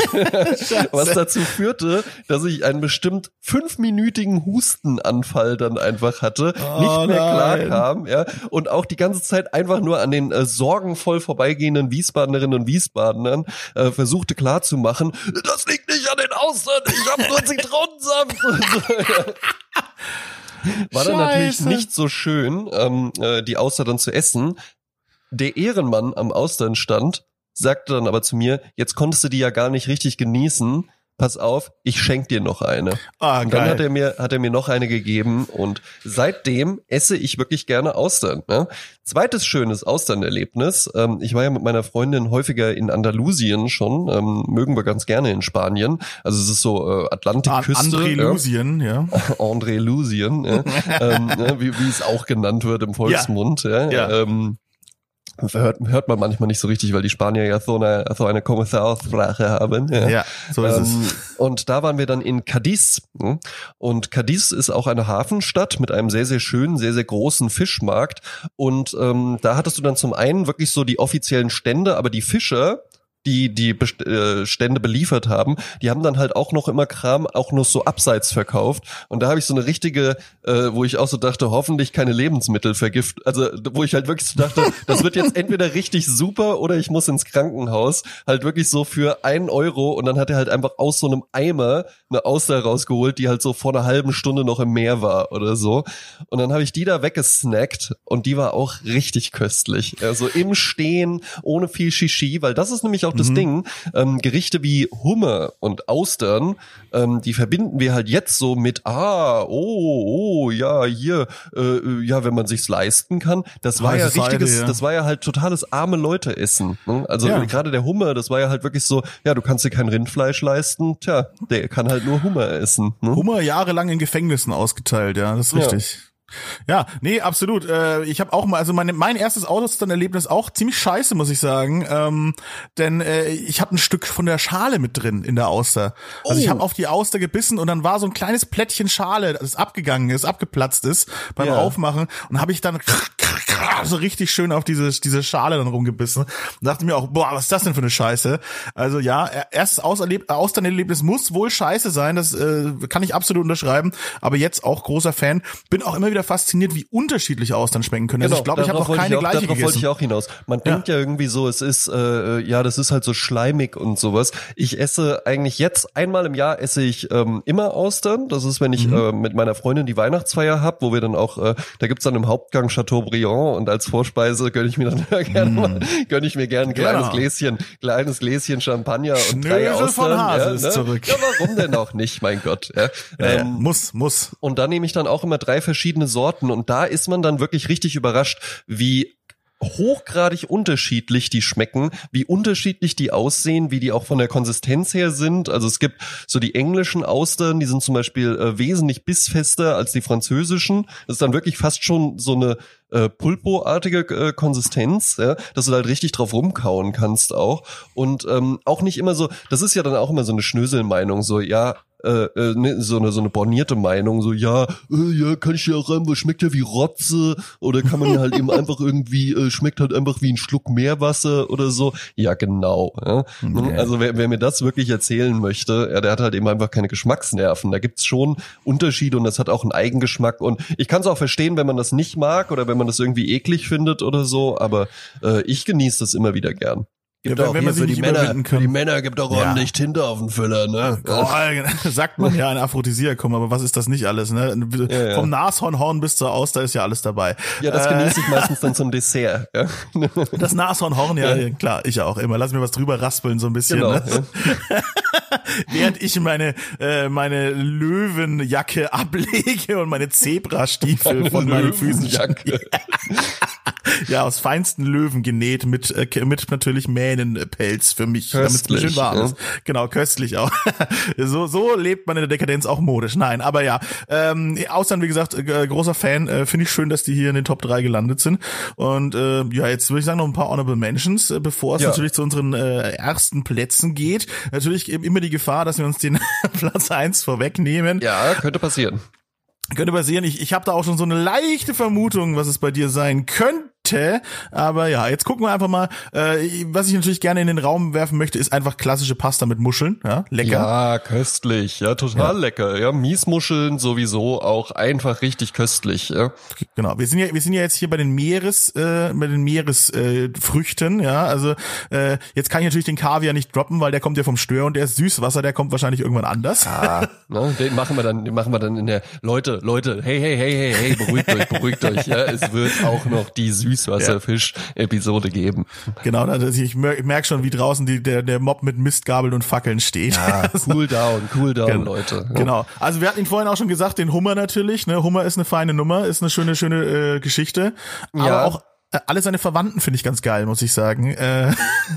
Was dazu führte, dass ich einen bestimmt fünfminütigen Hustenanfall dann einfach hatte, oh, nicht mehr klar kam, ja. Und auch die ganze Zeit einfach nur an den äh, sorgenvoll vorbeigehenden Wiesbadenerinnen und Wiesbadenern äh, versuchte klarzumachen, das liegt nicht an den Austern, ich habe nur Zitronensaft. War dann natürlich nicht so schön, ähm, äh, die Auster dann zu essen. Der Ehrenmann am Austernstand sagte dann aber zu mir, jetzt konntest du die ja gar nicht richtig genießen. Pass auf, ich schenk dir noch eine. Ah, und dann geil. hat er mir hat er mir noch eine gegeben und seitdem esse ich wirklich gerne Austern. Ne? Zweites schönes Austernerlebnis. Ähm, ich war ja mit meiner Freundin häufiger in Andalusien schon, ähm, mögen wir ganz gerne in Spanien. Also es ist so äh, Atlantikküste. Andrelusien, ja. Andrelusien, ja. ähm, ne, wie, wie es auch genannt wird im Volksmund. Ja. Ja. Ja. Ähm, Hört, hört man manchmal nicht so richtig, weil die Spanier ja so eine, so eine Kommissarssprache haben. Ja, ja so ist ähm, es. Und da waren wir dann in Cadiz. Und Cadiz ist auch eine Hafenstadt mit einem sehr, sehr schönen, sehr, sehr großen Fischmarkt. Und ähm, da hattest du dann zum einen wirklich so die offiziellen Stände, aber die Fischer, die die Best- äh, Stände beliefert haben, die haben dann halt auch noch immer Kram auch nur so abseits verkauft und da habe ich so eine richtige, äh, wo ich auch so dachte, hoffentlich keine Lebensmittel vergift, also wo ich halt wirklich so dachte, das wird jetzt entweder richtig super oder ich muss ins Krankenhaus, halt wirklich so für einen Euro und dann hat er halt einfach aus so einem Eimer eine Auster rausgeholt, die halt so vor einer halben Stunde noch im Meer war oder so und dann habe ich die da weggesnackt und die war auch richtig köstlich, also im Stehen, ohne viel Shishi, weil das ist nämlich auch das mhm. Ding, ähm, Gerichte wie Hummer und Austern, ähm, die verbinden wir halt jetzt so mit, ah, oh, oh, ja, hier, äh, ja, wenn man sich's leisten kann. Das war Heiße ja richtiges, Seite, ja. das war ja halt totales arme Leute essen. Ne? Also ja. gerade der Hummer, das war ja halt wirklich so, ja, du kannst dir kein Rindfleisch leisten, tja, der kann halt nur Hummer essen. Ne? Hummer jahrelang in Gefängnissen ausgeteilt, ja, das ist richtig. Ja. Ja, nee, absolut. Äh, ich habe auch mal, also meine, mein erstes Austern-Erlebnis auch ziemlich scheiße, muss ich sagen. Ähm, denn äh, ich hatte ein Stück von der Schale mit drin in der Auster. Also oh. ich habe auf die Auster gebissen und dann war so ein kleines Plättchen Schale, das abgegangen ist, abgeplatzt ist beim ja. Aufmachen. Und habe ich dann so richtig schön auf diese diese Schale dann rumgebissen. Und dachte mir auch, boah, was ist das denn für eine Scheiße? Also ja, erstes Austern-Erlebnis muss wohl scheiße sein, das äh, kann ich absolut unterschreiben. Aber jetzt auch großer Fan. Bin auch immer wieder fasziniert, wie unterschiedlich Austern schmecken können. Also genau, ich glaube, ich habe noch keine auch, gleiche darauf gegessen. Wollte ich auch hinaus. Man ja. denkt ja irgendwie so, es ist, äh, ja, das ist halt so schleimig und sowas. Ich esse eigentlich jetzt, einmal im Jahr esse ich ähm, immer Austern. Das ist, wenn ich mhm. äh, mit meiner Freundin die Weihnachtsfeier hab, wo wir dann auch, äh, da gibt's dann im Hauptgang Chateaubriand und als Vorspeise gönne ich mir dann gerne mal, mhm. gönne ich mir gerne ein kleines genau. Gläschen, kleines Gläschen Champagner und Schnösel drei Austern. Von Hase ja, ist ne? zurück. Ja, warum denn auch nicht, mein Gott. Ja. Ja, ähm, ja. Muss, muss. Und da nehme ich dann auch immer drei verschiedene Sorten und da ist man dann wirklich richtig überrascht, wie hochgradig unterschiedlich die schmecken, wie unterschiedlich die aussehen, wie die auch von der Konsistenz her sind. Also es gibt so die englischen Austern, die sind zum Beispiel äh, wesentlich bissfester als die französischen. Das ist dann wirklich fast schon so eine äh, Pulpo-artige äh, Konsistenz, ja, dass du da halt richtig drauf rumkauen kannst auch. Und ähm, auch nicht immer so, das ist ja dann auch immer so eine Schnöselmeinung, so ja, Äh, äh, ne, so eine so eine bornierte Meinung, so ja, äh, ja, kann ich ja rein, was schmeckt ja wie Rotze oder kann man ja halt eben einfach irgendwie, äh, schmeckt halt einfach wie ein Schluck Meerwasser oder so. Ja, genau. Ja. Okay. Also wer, wer mir das wirklich erzählen möchte, ja, der hat halt eben einfach keine Geschmacksnerven. Da gibt's schon Unterschiede und das hat auch einen Eigengeschmack und ich kann es auch verstehen, wenn man das nicht mag oder wenn man das irgendwie eklig findet oder so, aber äh, ich genieße das immer wieder gern. Gibt ja, auch wenn man sich für die Männer, für die Männer gibt auch ordentlich ja. Tinte auf den Füller, ne? Oh, sagt man ja ein Aphrodisiakum, aber was ist das nicht alles, ne? Ja, ja. Vom Nashornhorn bis zur Auster ist ja alles dabei. Ja, das genieße ich meistens dann zum Dessert. Ja. Das Nashornhorn, ja, ja, klar, ich auch immer. Lass mir was drüber raspeln so ein bisschen. Genau, ne? Ja. Während ich meine äh, meine Löwenjacke ablege und meine Zebrastiefel von meinen Füßen. Ja, aus feinsten Löwen genäht mit äh, mit natürlich Mähnenpelz für mich, damit es schön warm ist. Ja. Genau, köstlich auch. so so lebt man in der Dekadenz auch modisch. Nein, aber ja, ähm, Austern, wie gesagt, äh, großer Fan. Äh, Finde ich schön, dass die hier in den Top drei gelandet sind. Und äh, ja, jetzt würde ich sagen noch ein paar Honorable Mentions, äh, bevor es ja. natürlich zu unseren äh, ersten Plätzen geht. Natürlich eben immer die Gefahr, dass wir uns den Platz eins vorwegnehmen. Ja, könnte passieren. Könnte passieren. Ich, ich habe da auch schon so eine leichte Vermutung, was es bei dir sein könnte. Aber ja, jetzt gucken wir einfach mal. Äh, was ich natürlich gerne in den Raum werfen möchte, ist einfach klassische Pasta mit Muscheln. Ja, lecker. Ja, köstlich. Ja, total ja. lecker. Ja, Miesmuscheln sowieso auch einfach richtig köstlich. Ja. Genau. Wir sind ja, wir sind ja jetzt hier bei den Meeres, äh, bei den Meeresfrüchten. Äh, ja, also äh, jetzt kann ich natürlich den Kaviar nicht droppen, weil der kommt ja vom Stör und der ist Süßwasser. Der kommt wahrscheinlich irgendwann anders. Ja, ne, den machen wir dann, den machen wir dann in der Leute, Leute. Hey, hey, hey, hey, hey, beruhigt euch, beruhigt euch. Ja, es wird auch noch die Süß Süßwasserfisch-Episode geben. Genau, also ich merke schon, wie draußen die, der, der Mob mit Mistgabeln und Fackeln steht. Ja, cool down, cool down, genau, Leute. Ja. Genau. Also wir hatten ihn vorhin auch schon gesagt, den Hummer natürlich. Ne? Hummer ist eine feine Nummer, ist eine schöne, schöne äh, Geschichte. Aber ja. auch alle seine Verwandten finde ich ganz geil, muss ich sagen. Äh,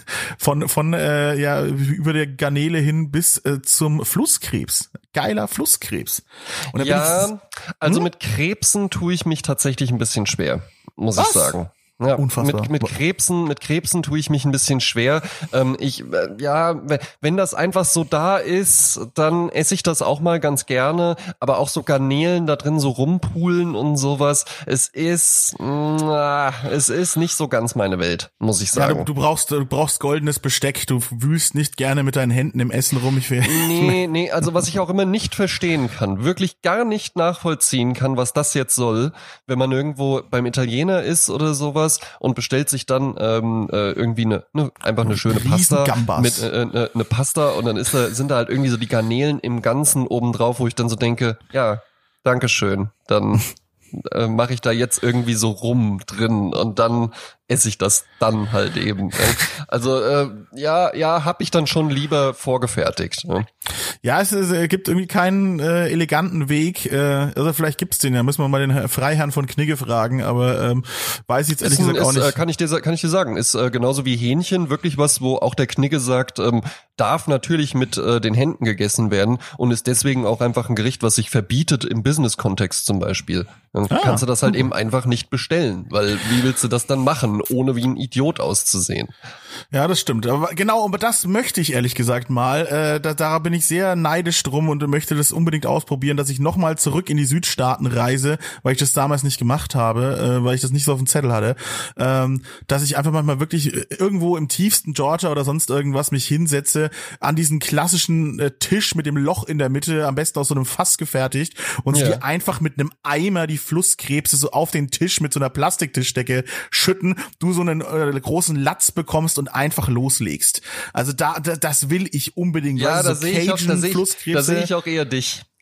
von von äh, ja über der Garnele hin bis äh, zum Flusskrebs. Geiler Flusskrebs. Und da ja, bin ich, also hm? mit Krebsen tue ich mich tatsächlich ein bisschen schwer, muss Was? ich sagen. Ja, Unfassbar. Mit, mit Krebsen, mit Krebsen tue ich mich ein bisschen schwer. Ähm, ich, äh, ja, wenn das einfach so da ist, dann esse ich das auch mal ganz gerne. Aber auch so Garnelen da drin so rumpulen und sowas. Es ist, äh, es ist nicht so ganz meine Welt, muss ich sagen. Ja, du, du brauchst, du brauchst goldenes Besteck. Du wühlst nicht gerne mit deinen Händen im Essen rum. Ich will. Nee, nee, also was ich auch immer nicht verstehen kann, wirklich gar nicht nachvollziehen kann, was das jetzt soll, wenn man irgendwo beim Italiener ist oder sowas und bestellt sich dann ähm, äh, irgendwie eine, ne, einfach eine schöne Pasta mit äh, äh, eine Pasta und dann ist da sind da halt irgendwie so die Garnelen im Ganzen obendrauf, wo ich dann so denke, ja, dankeschön, dann äh, mache ich da jetzt irgendwie so rum drin und dann esse ich das dann halt eben. Also äh, ja, ja, hab ich dann schon lieber vorgefertigt. Ne? Ja, es, es gibt irgendwie keinen äh, eleganten Weg. Äh, also vielleicht gibt's den ja. Müssen wir mal den Freiherrn von Knigge fragen. Aber ähm, weiß ich jetzt ehrlich gesagt auch nicht. Ist, kann ich dir kann ich dir sagen, ist äh, genauso wie Hähnchen wirklich was, wo auch der Knigge sagt, ähm, darf natürlich mit äh, den Händen gegessen werden und ist deswegen auch einfach ein Gericht, was sich verbietet im Business-Kontext zum Beispiel. Dann ah, kannst du das halt eben einfach nicht bestellen, weil wie willst du das dann machen, ohne wie ein Idiot auszusehen? Ja, das stimmt. Aber genau, aber das möchte ich ehrlich gesagt mal. Äh, da, da bin ich sehr neidisch drum und möchte das unbedingt ausprobieren, dass ich nochmal zurück in die Südstaaten reise, weil ich das damals nicht gemacht habe, äh, weil ich das nicht so auf dem Zettel hatte. Ähm, dass ich einfach manchmal wirklich irgendwo im tiefsten Georgia oder sonst irgendwas mich hinsetze, an diesen klassischen äh, Tisch mit dem Loch in der Mitte, am besten aus so einem Fass gefertigt und ja. die einfach mit einem Eimer die Flusskrebse so auf den Tisch mit so einer Plastiktischdecke schütten, du so einen äh, großen Latz bekommst und einfach loslegst. Also da, da das will ich unbedingt. Ja, also da so sehe ich, auch, da seh ich, da seh ich auch eher dich.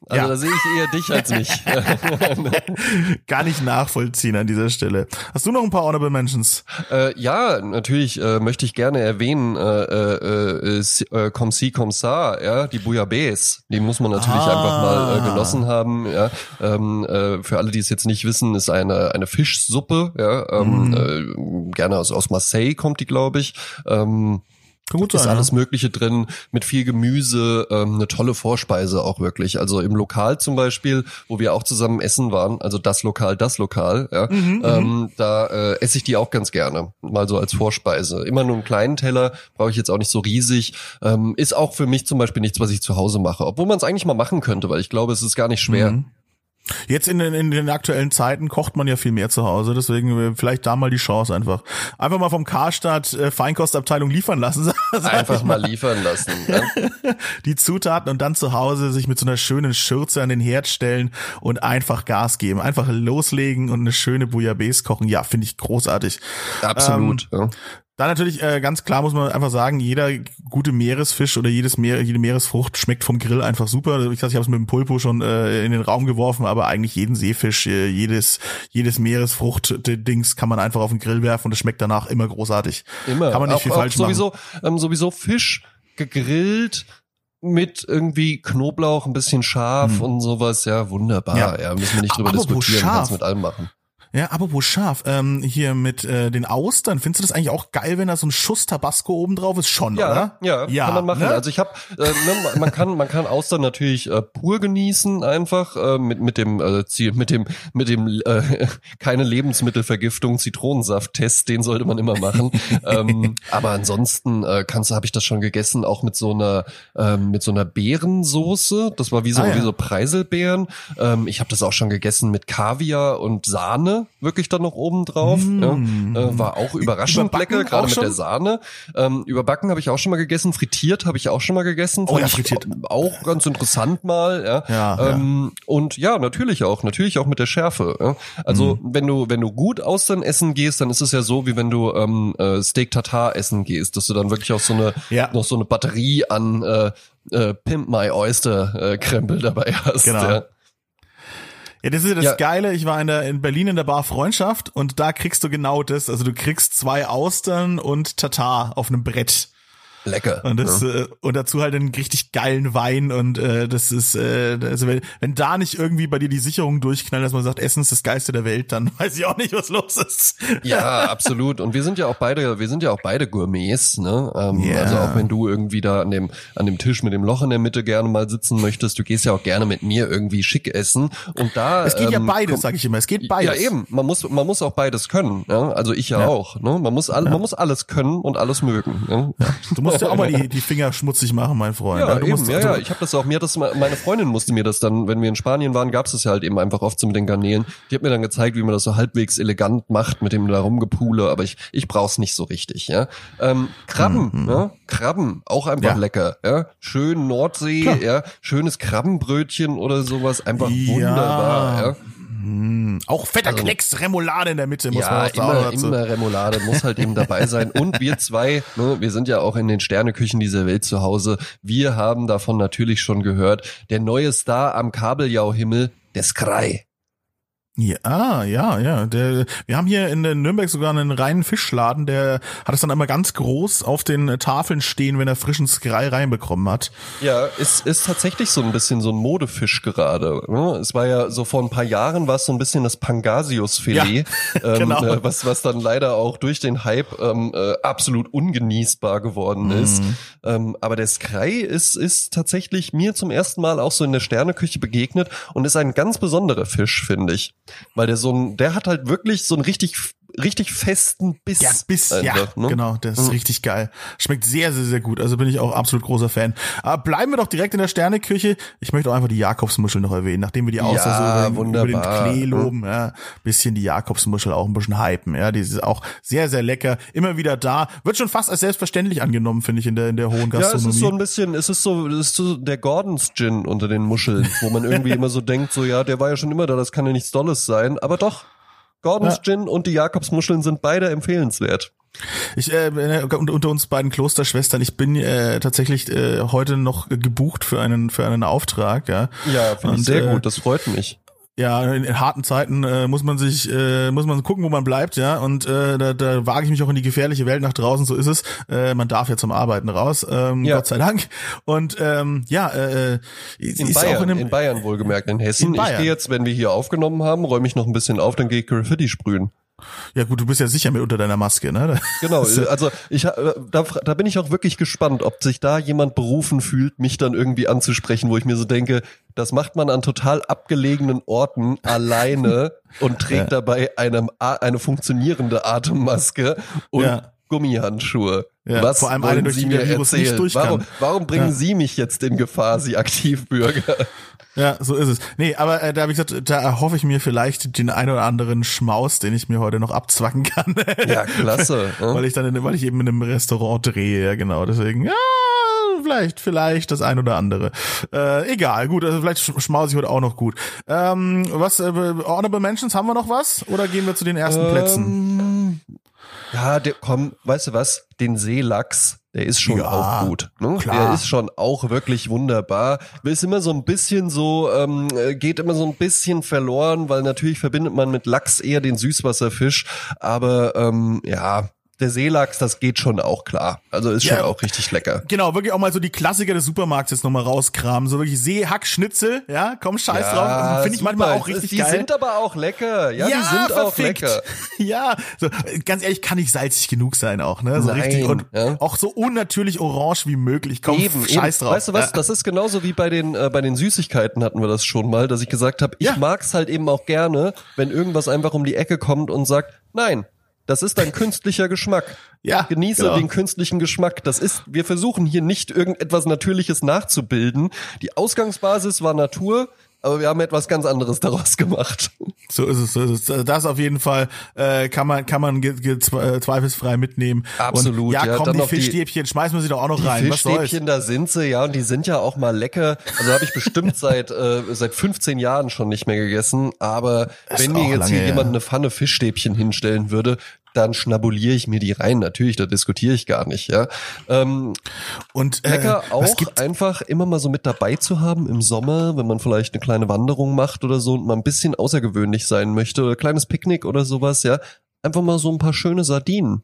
Also Ja. da sehe ich eher dich als mich. Gar nicht nachvollziehen an dieser Stelle. Hast du noch ein paar Honorable Mentions? Äh, ja, natürlich äh, möchte ich gerne erwähnen, äh, äh, äh, äh, Comme si, comme ça, ja, die Bouillabaisse, die muss man natürlich Ah. einfach mal äh, genossen haben. Ja. Ähm, äh, für alle, die es jetzt nicht wissen, ist eine eine Fischsuppe, ja, ähm, Mhm. äh, gerne aus aus Marseille kommt die, glaube ich. Ähm, Kann gut ist sein, alles ja. Mögliche drin, mit viel Gemüse, ähm, eine tolle Vorspeise auch wirklich. Also im Lokal zum Beispiel, wo wir auch zusammen essen waren, also das Lokal, das Lokal, ja, Mhm, ähm, da äh, esse ich die auch ganz gerne, mal so als Vorspeise. Immer nur einen kleinen Teller, brauche ich jetzt auch nicht so riesig. Ähm, ist auch für mich zum Beispiel nichts, was ich zu Hause mache, obwohl man es eigentlich mal machen könnte, weil ich glaube, es ist gar nicht schwer. Mhm. Jetzt in den, in den aktuellen Zeiten kocht man ja viel mehr zu Hause, deswegen äh, vielleicht da mal die Chance einfach. Einfach mal vom Karstadt äh, Feinkostabteilung liefern lassen. sag Einfach ich mal liefern lassen. Ja? Die Zutaten und dann zu Hause sich mit so einer schönen Schürze an den Herd stellen und einfach Gas geben. Einfach loslegen und eine schöne Bouillabaisse kochen. Ja, finde ich großartig. Absolut. Ähm, ja. Dann natürlich äh, ganz klar muss man einfach sagen, jeder gute Meeresfisch oder jedes Meer, jede Meeresfrucht schmeckt vom Grill einfach super. Ich weiß, ich habe es mit dem Pulpo schon äh, in den Raum geworfen, aber eigentlich jeden Seefisch, äh, jedes jedes Meeresfrucht-Dings kann man einfach auf den Grill werfen und es schmeckt danach immer großartig. Immer. Kann man nicht auch, viel auch falsch machen. sowieso, ähm, sowieso Fisch gegrillt mit irgendwie Knoblauch, ein bisschen scharf Hm. und sowas. Ja, wunderbar. Ja. Ja, müssen wir nicht drüber Apropos diskutieren. scharf. Kannst mit allem machen. Ja, apropos scharf, ähm, hier mit äh, den Austern, findest du das eigentlich auch geil, wenn da so ein Schuss Tabasco oben drauf ist? Schon, Ja, oder? ja, Ja, kann man machen. ne? Also ich habe, äh, ne, man kann, man kann Austern natürlich äh, pur genießen, einfach äh, mit mit dem äh, Ziel, mit dem mit dem äh, keine Lebensmittelvergiftung Zitronensaft-Test, den sollte man immer machen. ähm, aber ansonsten äh, kannst du, habe ich das schon gegessen, auch mit so einer äh, mit so einer Beerensoße. Das war wie so Ah, ja. wie so Preiselbeeren. Ähm, ich habe das auch schon gegessen mit Kaviar und Sahne, wirklich dann noch oben drauf. Mm. Ja. Äh, war auch überraschend Überbacken lecker, gerade auch mit schon? der Sahne. Ähm, überbacken habe ich auch schon mal gegessen, frittiert habe ich auch schon mal gegessen. Oh Fand ja, ich frittiert. Auch ganz interessant mal. Ja. Ja, ähm, Und ja, natürlich auch, natürlich auch mit der Schärfe. Ja. Also Mhm. wenn du wenn du gut Austern essen gehst, dann ist es ja so, wie wenn du ähm, äh, Steak Tartar essen gehst, dass du dann wirklich auch so eine Ja. noch so eine Batterie an äh, äh, Pimp My Oyster äh, Krempel dabei hast. Genau. Ja. Ja, das ist ja das Ja. Geile. Ich war in der in Berlin in der Bar Freundschaft und da kriegst du genau das. Also du kriegst zwei Austern und Tatar auf einem Brett. Lecker. Und das ja. äh, und dazu halt einen richtig geilen Wein und äh, das ist äh, also wenn, wenn da nicht irgendwie bei dir die Sicherung durchknallt, dass man sagt, Essen ist das Geilste der Welt, dann weiß ich auch nicht, was los ist. Ja, absolut. Und wir sind ja auch beide, wir sind ja auch beide Gourmets, ne? Ähm, Ja. Also auch wenn du irgendwie da an dem an dem Tisch mit dem Loch in der Mitte gerne mal sitzen möchtest, du gehst ja auch gerne mit mir irgendwie schick essen. Und da Es geht ja ähm, beides, kommt- sag ich immer. Es geht beides. Ja, eben. Man muss, man muss auch beides können. Ja? Also ich ja, Ja. auch. Ne? Man muss, all, Ja. man muss alles können und alles mögen. Ne? Du musst ja auch mal die, die Finger schmutzig machen, mein Freund. Ja, du eben, musst, ja, du, ja. Ich habe das auch. Mir hat das, meine Freundin musste mir das dann, wenn wir in Spanien waren, gab's das ja halt eben einfach oft so mit den Garnelen. Die hat mir dann gezeigt, wie man das so halbwegs elegant macht mit dem da rumgepule. Aber ich, ich brauch's nicht so richtig. Ja. Ähm, Krabben, Mhm. ja, Krabben, auch einfach Ja. lecker. Ja, schön Nordsee, Klar. ja, schönes Krabbenbrötchen oder sowas, einfach Ja. wunderbar. Ja. Hm, auch fetter Also- Klecks Remoulade in der Mitte muss man Ja, auch sagen immer, dazu. immer Remoulade muss halt eben dabei sein. Und wir zwei, ne, wir sind ja auch in den Sterneküchen dieser Welt zu Hause. Wir haben davon natürlich schon gehört. Der neue Star am Kabeljauhimmel, der Skrei. Ja, ah, ja, ja. Der, wir haben hier in Nürnberg sogar einen reinen Fischladen, der hat es dann einmal ganz groß auf den Tafeln stehen, wenn er frischen Skrei reinbekommen hat. Ja, ist, ist tatsächlich so ein bisschen so ein Modefisch gerade. Ne? Es war ja so vor ein paar Jahren war es so ein bisschen das Pangasiusfilet, Ja, ähm, genau. äh, was, was dann leider auch durch den Hype ähm, äh, absolut ungenießbar geworden ist. Mhm. Ähm, aber der Skrei ist, ist tatsächlich mir zum ersten Mal auch so in der Sterneküche begegnet und ist ein ganz besonderer Fisch, finde ich. Weil der so ein, der hat halt wirklich so einen richtig, richtig festen Biss. Ja, Biss, ja, einfach, ne? genau, das ist Mhm. richtig geil. Schmeckt sehr, sehr, sehr gut. Also bin ich auch absolut großer Fan. Aber bleiben wir doch direkt in der Sterneküche. Ich möchte auch einfach die Jakobsmuschel noch erwähnen, nachdem wir die Außer Ja, so über, über den wunderbar. Klee loben, ja, bisschen die Jakobsmuschel auch ein bisschen hypen, ja, die ist auch sehr, sehr lecker, immer wieder da, wird schon fast als selbstverständlich angenommen, finde ich, in der, in der hohen Ja, es Gastronomie. ist so ein bisschen, es ist so, es ist so der Gordons Gin unter den Muscheln, wo man irgendwie immer so denkt, so ja, der war ja schon immer da, das kann ja nichts Dolles sein, aber doch, Gordons Ja. Gin und die Jakobsmuscheln sind beide empfehlenswert. Ich äh, unter, unter uns beiden Klosterschwestern, ich bin äh, tatsächlich äh, heute noch gebucht für einen für einen Auftrag, ja. Ja, finde ich sehr äh, gut, das freut mich. Ja, in, in harten Zeiten äh, muss man sich, äh, muss man gucken, wo man bleibt, ja. Und äh, da, da wage ich mich auch in die gefährliche Welt nach draußen. So ist es. Äh, man darf ja zum Arbeiten raus, ähm, ja. Gott sei Dank. Und ähm, ja, äh, in ist Bayern, auch in, einem, in Bayern wohlgemerkt, in Hessen. In Bayern. Ich gehe jetzt, wenn wir hier aufgenommen haben, räume ich noch ein bisschen auf, dann gehe ich Graffiti sprühen. Ja gut, du bist ja sicher mit unter deiner Maske, ne? Genau, also ich da, da bin ich auch wirklich gespannt, ob sich da jemand berufen fühlt, mich dann irgendwie anzusprechen, wo ich mir so denke, das macht man an total abgelegenen Orten alleine und trägt ja. dabei eine, eine funktionierende Atemmaske und ja. Gummihandschuhe. Ja, Was vor allem eine, durch Sie die mir der Virus erzählen? nicht durch kann. Warum, warum bringen ja. Sie mich jetzt in Gefahr, Sie Aktivbürger? Ja, so ist es. Nee, aber äh, da habe ich gesagt, da erhoffe ich mir vielleicht den ein oder anderen Schmaus, den ich mir heute noch abzwacken kann. Ja, klasse. Ja. Weil ich dann, in, weil ich eben in einem Restaurant drehe, ja genau. Deswegen, ja, vielleicht, vielleicht das ein oder andere. Äh, egal, gut, also vielleicht schmaus ich heute auch noch gut. Ähm, was, äh, Honorable Mentions, haben wir noch was? Oder gehen wir zu den ersten ähm, Plätzen? Ja, der, komm, weißt du was? Den Seelachs, der ist schon ja, auch gut. Ne? Klar. Der ist schon auch wirklich wunderbar. Ist immer so ein bisschen so, ähm, geht immer so ein bisschen verloren, weil natürlich verbindet man mit Lachs eher den Süßwasserfisch. Aber ähm, ja, der Seelachs, das geht schon auch klar. Also ist schon ja, auch richtig lecker. Genau, wirklich auch mal so die Klassiker des Supermarkts jetzt nochmal rauskramen. So wirklich Seehackschnitzel, ja, komm, scheiß ja, drauf. Finde ich super. manchmal auch richtig die geil. Die sind aber auch lecker. Ja, ja die sind verfickt. auch lecker. Ja, so, ganz ehrlich, kann nicht salzig genug sein auch, ne? So Nein, richtig und ja. auch so unnatürlich orange wie möglich. Komm, eben, scheiß eben. drauf. Weißt du was, ja. das ist genauso wie bei den äh, bei den Süßigkeiten hatten wir das schon mal, dass ich gesagt habe, ich ja. mag's halt eben auch gerne, wenn irgendwas einfach um die Ecke kommt und sagt, nein, das ist ein künstlicher Geschmack. Ja, Genieße genau. den künstlichen Geschmack. Das ist, wir versuchen hier nicht irgendetwas Natürliches nachzubilden. Die Ausgangsbasis war Natur, aber wir haben etwas ganz anderes daraus gemacht. So ist es, so ist es. Das auf jeden Fall äh, kann man kann man ge- ge- zweifelsfrei mitnehmen. Absolut. Und, ja, ja, komm, dann die noch Fischstäbchen, die, schmeißen wir sie doch auch noch die rein. Was soll's? Fischstäbchen, da sind sie, ja, und die sind ja auch mal lecker. Also habe ich bestimmt seit äh, seit fünfzehn Jahren schon nicht mehr gegessen. Aber das wenn mir jetzt lange, hier ja. jemand eine Pfanne Fischstäbchen hinstellen würde, dann schnabuliere ich mir die rein. Natürlich, da diskutiere ich gar nicht. Ja. Ähm, und äh, lecker auch gibt? einfach immer mal so mit dabei zu haben im Sommer, wenn man vielleicht eine kleine Wanderung macht oder so und mal ein bisschen außergewöhnlich sein möchte oder ein kleines Picknick oder sowas. Ja, einfach mal so ein paar schöne Sardinen.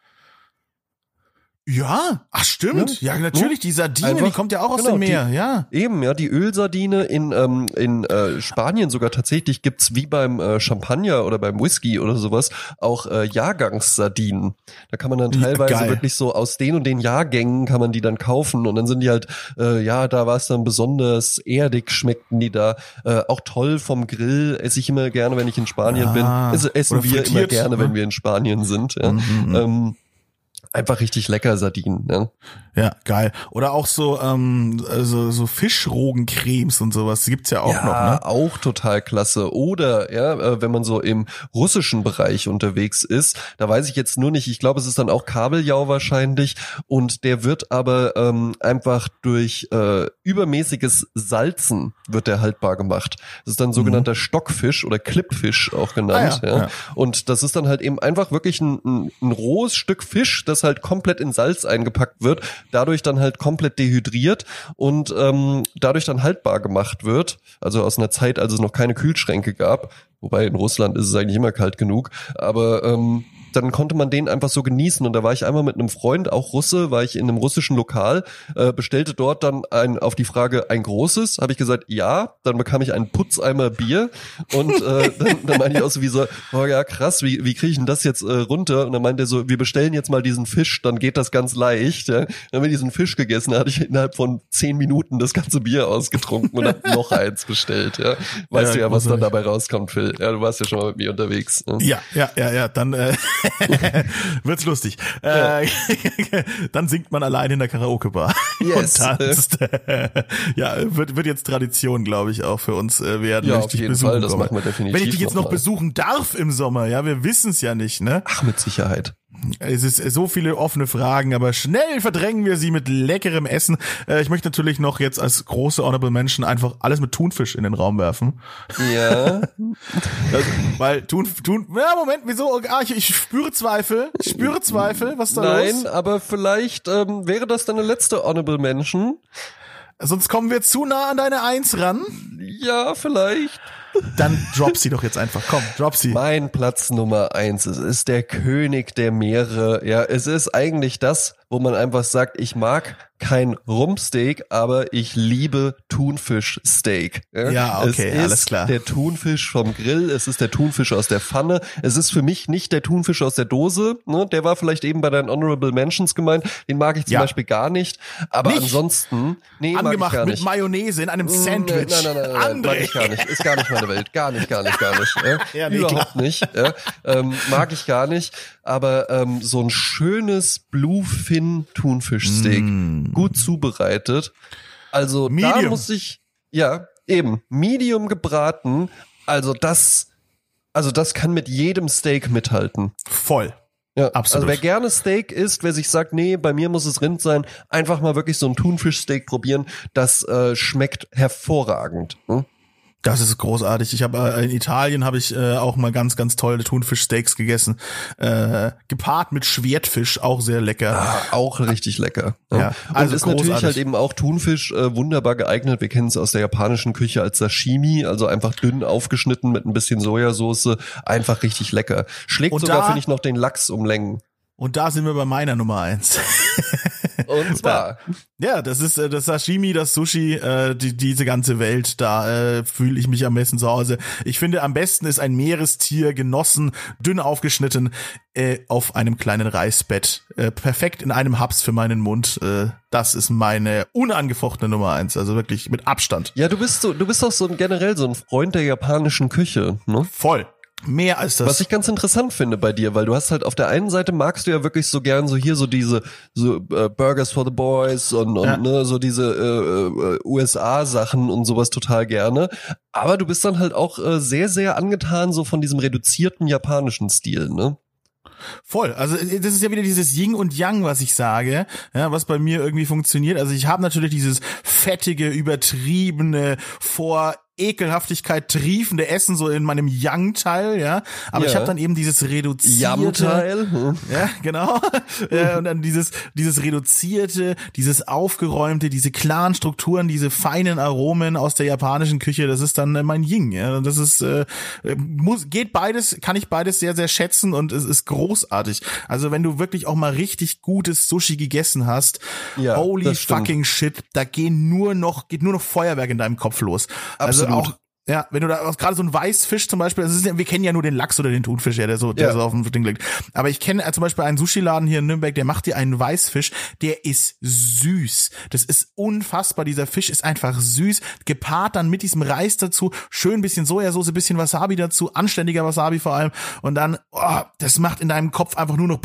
Ja, ach stimmt. Ja, ja natürlich, die Sardine, Einfach, die kommt ja auch aus genau, dem Meer, die, ja. Eben, ja, die Ölsardine in ähm, in äh, Spanien sogar tatsächlich gibt's wie beim äh, Champagner oder beim Whisky oder sowas auch äh, Jahrgangssardinen. Da kann man dann teilweise Geil. wirklich so aus den und den Jahrgängen kann man die dann kaufen und dann sind die halt, äh, ja, da war es dann besonders erdig, schmeckten die da. Äh, auch toll vom Grill, esse ich immer gerne, wenn ich in Spanien Ah, bin. Also essen oder wir frittiert, immer gerne, ne? wenn wir in Spanien sind. Ja. Mhm. Ähm, Einfach richtig lecker Sardinen, ne? Ja, geil. Oder auch so ähm, also so Fischrogencremes und sowas, die gibt's ja auch ja, noch, ne? Auch total klasse. Oder ja, äh, wenn man so im russischen Bereich unterwegs ist, da weiß ich jetzt nur nicht, ich glaube, es ist dann auch Kabeljau wahrscheinlich und der wird aber ähm, einfach durch äh, übermäßiges Salzen wird der haltbar gemacht. Das ist dann sogenannter mhm. Stockfisch oder Klippfisch auch genannt. Ah, ja, ja. ja. Und das ist dann halt eben einfach wirklich ein, ein, ein rohes Stück Fisch, das halt komplett in Salz eingepackt wird, dadurch dann halt komplett dehydriert und ähm, dadurch dann haltbar gemacht wird. Also aus einer Zeit, als es noch keine Kühlschränke gab. Wobei in Russland ist es eigentlich immer kalt genug. Aber ähm, dann konnte man den einfach so genießen. Und da war ich einmal mit einem Freund, auch Russe, war ich in einem russischen Lokal, äh, bestellte dort dann ein, auf die Frage ein großes, habe ich gesagt, ja, dann bekam ich einen Putzeimer Bier und äh, dann, dann meinte ich auch so wie so, oh ja krass, wie, wie kriege ich denn das jetzt äh, runter? Und dann meinte er so, wir bestellen jetzt mal diesen Fisch, dann geht das ganz leicht. Ja. Dann haben wir diesen Fisch gegessen, da hatte ich innerhalb von zehn Minuten das ganze Bier ausgetrunken und habe noch eins bestellt. Ja. Weißt ja, du ja, was dann dabei rauskommt, Phil. Ja, du warst ja schon mal mit mir unterwegs. Ne? Ja, ja, ja, ja, dann äh, wird's lustig. Ja. Äh, dann singt man allein in der Karaoke-Bar Yes. und tanzt. Ja, wird, wird jetzt Tradition, glaube ich, auch für uns äh, werden. Ja, wenn ich auf dich jeden besuchen Fall, das komme. machen wir definitiv Wenn ich dich jetzt noch noch mal. besuchen darf im Sommer, ja, wir wissen es ja nicht, ne? Ach, mit Sicherheit. Es ist so viele offene Fragen, aber schnell verdrängen wir sie mit leckerem Essen. Äh, ich möchte natürlich noch jetzt als große Honorable Mention einfach alles mit Thunfisch in den Raum werfen. Ja. Das, weil Thun, Thun, ja, Moment, wieso? Ah, ich, ich spüre Zweifel. Ich spüre Zweifel. Was ist da Nein, los? aber vielleicht ähm, wäre das deine letzte Honorable Mention. Sonst kommen wir zu nah an deine Eins ran. Ja, vielleicht. Dann drop sie doch jetzt einfach. Komm, drop sie. Mein Platz Nummer eins. Es ist der König der Meere. Ja, es ist eigentlich das, wo man einfach sagt, ich mag kein Rumpsteak, aber ich liebe Thunfischsteak. Ja, ja, okay, es ist alles klar. Der Thunfisch vom Grill, es ist der Thunfisch aus der Pfanne. Es ist für mich nicht der Thunfisch aus der Dose. Ne? Der war vielleicht eben bei deinen Honorable Mentions gemeint. Den mag ich zum ja. Beispiel gar nicht. Aber nicht? ansonsten, nee, Angemacht mag ich gar mit nicht. Mayonnaise in einem Sandwich. Nein, nein, nein, nein, nein mag ich gar nicht. Ist gar nicht meine Welt. Gar nicht, gar nicht, gar nicht. Ja? Ja, nee, Überhaupt klar. nicht. Ja? Ähm, mag ich gar nicht. Aber ähm, so ein schönes Bluefin Thunfischsteak, mm. gut zubereitet. Also Medium. da muss ich, ja, eben, Medium gebraten. Also das, also das kann mit jedem Steak mithalten. Voll. Ja, absolut. Also wer gerne Steak isst, wer sich sagt, nee, bei mir muss es Rind sein, einfach mal wirklich so ein Thunfischsteak probieren. Das äh, schmeckt hervorragend. Hm? Das ist großartig. Ich habe äh, in Italien habe ich äh, auch mal ganz ganz tolle Thunfischsteaks gegessen, äh, gepaart mit Schwertfisch, auch sehr lecker. Ah, auch richtig lecker. Ja. Ja, also und ist großartig. natürlich halt eben auch Thunfisch äh, wunderbar geeignet. Wir kennen es aus der japanischen Küche als Sashimi, also einfach dünn aufgeschnitten mit ein bisschen Sojasauce, einfach richtig lecker. Schlägt Und sogar, da- finde ich, noch den Lachs um Längen. Und da sind wir bei meiner Nummer eins. Und zwar, Ja, das ist äh, das Sashimi, das Sushi, äh, die, diese ganze Welt, da äh, fühle ich mich am besten zu Hause. Ich finde, am besten ist ein Meerestier genossen, dünn aufgeschnitten, äh, auf einem kleinen Reisbett. Äh, perfekt in einem Haps für meinen Mund. Äh, das ist meine unangefochtene Nummer eins, also wirklich mit Abstand. ja, du bist so, du bist doch so ein, generell so ein Freund der japanischen Küche, ne? Voll. Mehr als das. Was ich ganz interessant finde bei dir, weil du hast halt auf der einen Seite magst du ja wirklich so gern so hier so diese so äh, Burgers for the Boys und, und Ja. ne, so diese äh, äh, U S A-Sachen und sowas total gerne. Aber du bist dann halt auch äh, sehr, sehr angetan so von diesem reduzierten japanischen Stil, ne? Voll. Also das ist ja wieder dieses Yin und Yang, was ich sage, ja, was bei mir irgendwie funktioniert. Also ich habe natürlich dieses fettige, übertriebene, vor Ekelhaftigkeit triefende Essen so in meinem Yang-Teil, ja. Aber Ja. ich habe dann eben dieses reduzierte, Yam-Teil. Hm. ja, genau. Ja, und dann dieses dieses reduzierte, dieses aufgeräumte, diese klaren Strukturen, diese feinen Aromen aus der japanischen Küche. Das ist dann äh, mein Yin. Ja, und das ist äh, muss geht beides, kann ich beides sehr sehr schätzen und es ist großartig. Also wenn du wirklich auch mal richtig gutes Sushi gegessen hast, Ja, holy das stimmt. fucking shit, da gehen nur noch geht nur noch Feuerwerk in deinem Kopf los. Also Absolut. auch ja, wenn du da gerade so ein Weißfisch zum Beispiel, das ist ja, wir kennen ja nur den Lachs oder den Thunfisch, ja, der so, der Ja. so auf dem Ding liegt. Aber ich kenne äh, zum Beispiel einen Sushi-Laden hier in Nürnberg, der macht dir einen Weißfisch, der ist süß. Das ist unfassbar. Dieser Fisch ist einfach süß, gepaart dann mit diesem Reis dazu, schön bisschen Sojasauce, bisschen Wasabi dazu, anständiger Wasabi vor allem. Und dann, oh, das macht in deinem Kopf einfach nur noch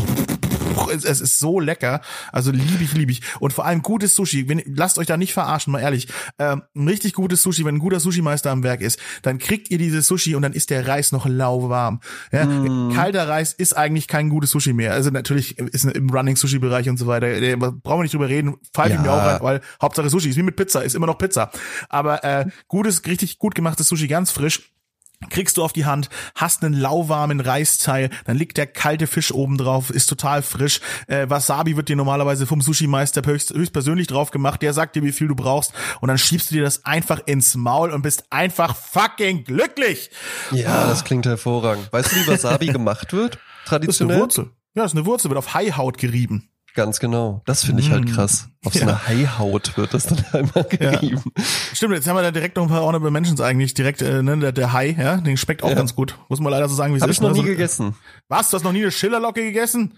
es, es ist so lecker, also liebe ich, liebe ich. Und vor allem gutes Sushi, wenn, lasst euch da nicht verarschen, mal ehrlich. Ähm, ein richtig gutes Sushi, wenn ein guter Sushi-Meister am Werk ist, dann kriegt ihr dieses Sushi und dann ist der Reis noch lauwarm. Ja, mm. Kalter Reis ist eigentlich kein gutes Sushi mehr. Also natürlich ist im Running-Sushi-Bereich und so weiter, da brauchen wir nicht drüber reden, pfeife ich Ja. mir auch rein, weil Hauptsache Sushi ist wie mit Pizza, ist immer noch Pizza. Aber äh, gutes, richtig gut gemachtes Sushi, ganz frisch, kriegst du auf die Hand, hast einen lauwarmen Reisteil, dann liegt der kalte Fisch oben drauf, ist total frisch. Äh, Wasabi wird dir normalerweise vom Sushi-Meister höchst, höchstpersönlich drauf gemacht, der sagt dir, wie viel du brauchst und dann schiebst du dir das einfach ins Maul und bist einfach fucking glücklich. Ja, das klingt hervorragend. Weißt du, wie Wasabi gemacht wird? Das ist eine Traditionell? Wurzel. Ja, das ist eine Wurzel, wird auf Haihaut gerieben. Ganz genau. Das finde ich halt krass. Auf so Ja. eine Haihaut wird das dann einmal gerieben. Stimmt, jetzt haben wir da direkt noch ein paar Honorable Mentions eigentlich, direkt, äh, ne, der, der Hai, ja, den schmeckt auch Ja. ganz gut. Muss man leider so sagen, wie es Habe ist. ich noch ne? nie So- gegessen. Was, du hast noch nie eine Schillerlocke gegessen?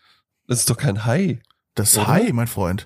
Das ist doch kein Hai. Das Oder? Hai, mein Freund.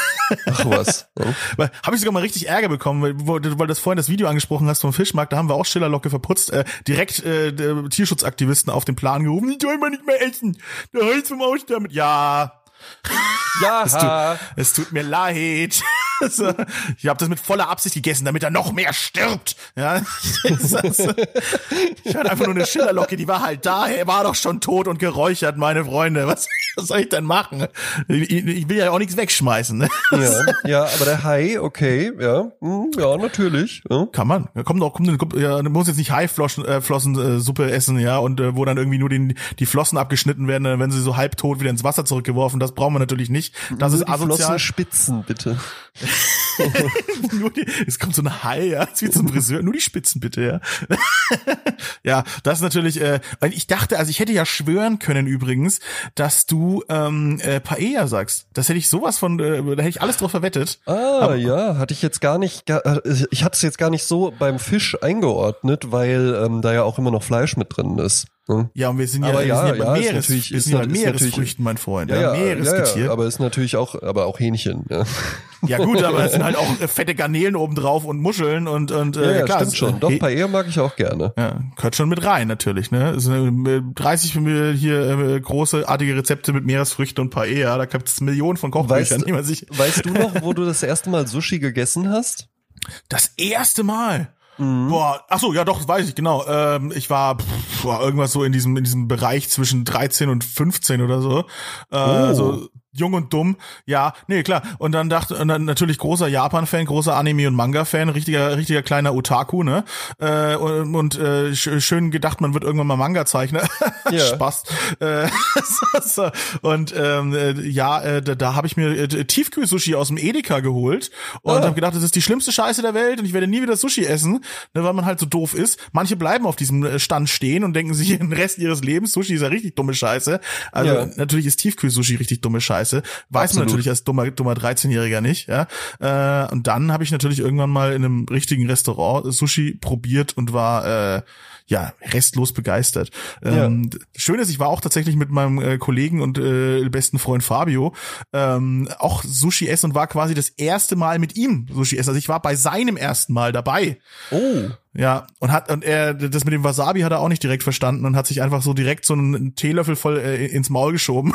Ach was. Ja. Weil habe ich sogar mal richtig Ärger bekommen, weil, weil weil das vorhin das Video angesprochen hast vom Fischmarkt, da haben wir auch Schillerlocke verputzt, äh, direkt äh, der Tierschutzaktivisten auf den Plan gerufen, die soll man nicht mehr essen, der Hals vom Aussterben. Ja, Ja, es tut, es tut mir leid. Also, ich habe das mit voller Absicht gegessen, damit er noch mehr stirbt. Ja, ich hatte einfach nur eine Schillerlocke, die war halt da, er war doch schon tot und geräuchert, meine Freunde. Was, was soll ich denn machen? Ich, ich will ja auch nichts wegschmeißen. Ne? Ja, ja, aber der Hai, okay, ja, ja, natürlich. Ja. Kann man. Kommt auch, kommt, kommt, ja, man muss jetzt nicht Haiflossensuppe äh, essen, ja, und äh, wo dann irgendwie nur den, die Flossen abgeschnitten werden, dann werden sie so halbtot wieder ins Wasser zurückgeworfen. Das brauchen wir natürlich nicht. Das nur ist asozial. Flossenspitzen, bitte. Nur die, es kommt so ein Hai, ja, es wird zum Friseur, nur die Spitzen bitte, ja. Ja, das ist natürlich, äh, weil ich dachte, also ich hätte ja schwören können übrigens, dass du ähm, äh, Paella sagst. Das hätte ich sowas von, äh, da hätte ich alles drauf verwettet. Ah, aber, ja, hatte ich jetzt gar nicht, ich hatte es jetzt gar nicht so beim Fisch eingeordnet, weil ähm, da ja auch immer noch Fleisch mit drin ist. Hm? Ja, und wir sind ja, aber wir ja, sind ja, ja, bei Meeres, ist natürlich, wir ist, sind ja bei ist Meeresfrüchten, mein Freund, ja, ja, ja, Meeresgetier. Ja, ja, aber ist natürlich auch, aber auch Hähnchen. Ja, ja gut, aber es sind halt auch fette Garnelen obendrauf und Muscheln und und ja, äh, ja, klar, stimmt schon. Doch, Paella mag ich auch gerne. Ja, gehört schon mit rein natürlich, ne? Also, dreißig hier äh, großartige Rezepte mit Meeresfrüchten und Paella, da gibt's Millionen von Kochbüchern, weißt, die man sich. Weißt du noch, wo du das erste Mal Sushi gegessen hast? Das erste Mal. Mhm. Boah, ach so, ja doch, das weiß ich, genau. Ähm, ich war pff, boah, irgendwas so in diesem in diesem Bereich zwischen dreizehn und fünfzehn oder so. Äh, oh. So jung und dumm, ja, nee, klar. Und dann dachte, und dann natürlich großer Japan-Fan, großer Anime- und Manga-Fan, richtiger, richtiger kleiner Otaku, ne? Äh, und und äh, schön gedacht, man wird irgendwann mal Manga-Zeichner. Ja. Spaß. Äh, so, und ähm, ja, äh, da, da habe ich mir äh, Tiefkühl-Sushi aus dem Edeka geholt und ah. habe gedacht, das ist die schlimmste Scheiße der Welt und ich werde nie wieder Sushi essen, ne, weil man halt so doof ist. Manche bleiben auf diesem Stand stehen und denken sich den Rest ihres Lebens, Sushi ist ja richtig dumme Scheiße. Also ja. Natürlich ist Tiefkühl-Sushi richtig dumme Scheiße. Weiß Absolut. Man natürlich als dummer, dummer dreizehnjähriger nicht, ja. Äh, und dann habe ich natürlich irgendwann mal in einem richtigen Restaurant Sushi probiert und war äh, ja restlos begeistert. Ja. Ähm, schön ist, ich war auch tatsächlich mit meinem äh, Kollegen und äh, besten Freund Fabio ähm, auch Sushi essen und war quasi das erste Mal mit ihm Sushi essen. Also ich war bei seinem ersten Mal dabei. Oh. Ja, und hat und er das mit dem Wasabi hat er auch nicht direkt verstanden und hat sich einfach so direkt so einen Teelöffel voll äh, ins Maul geschoben.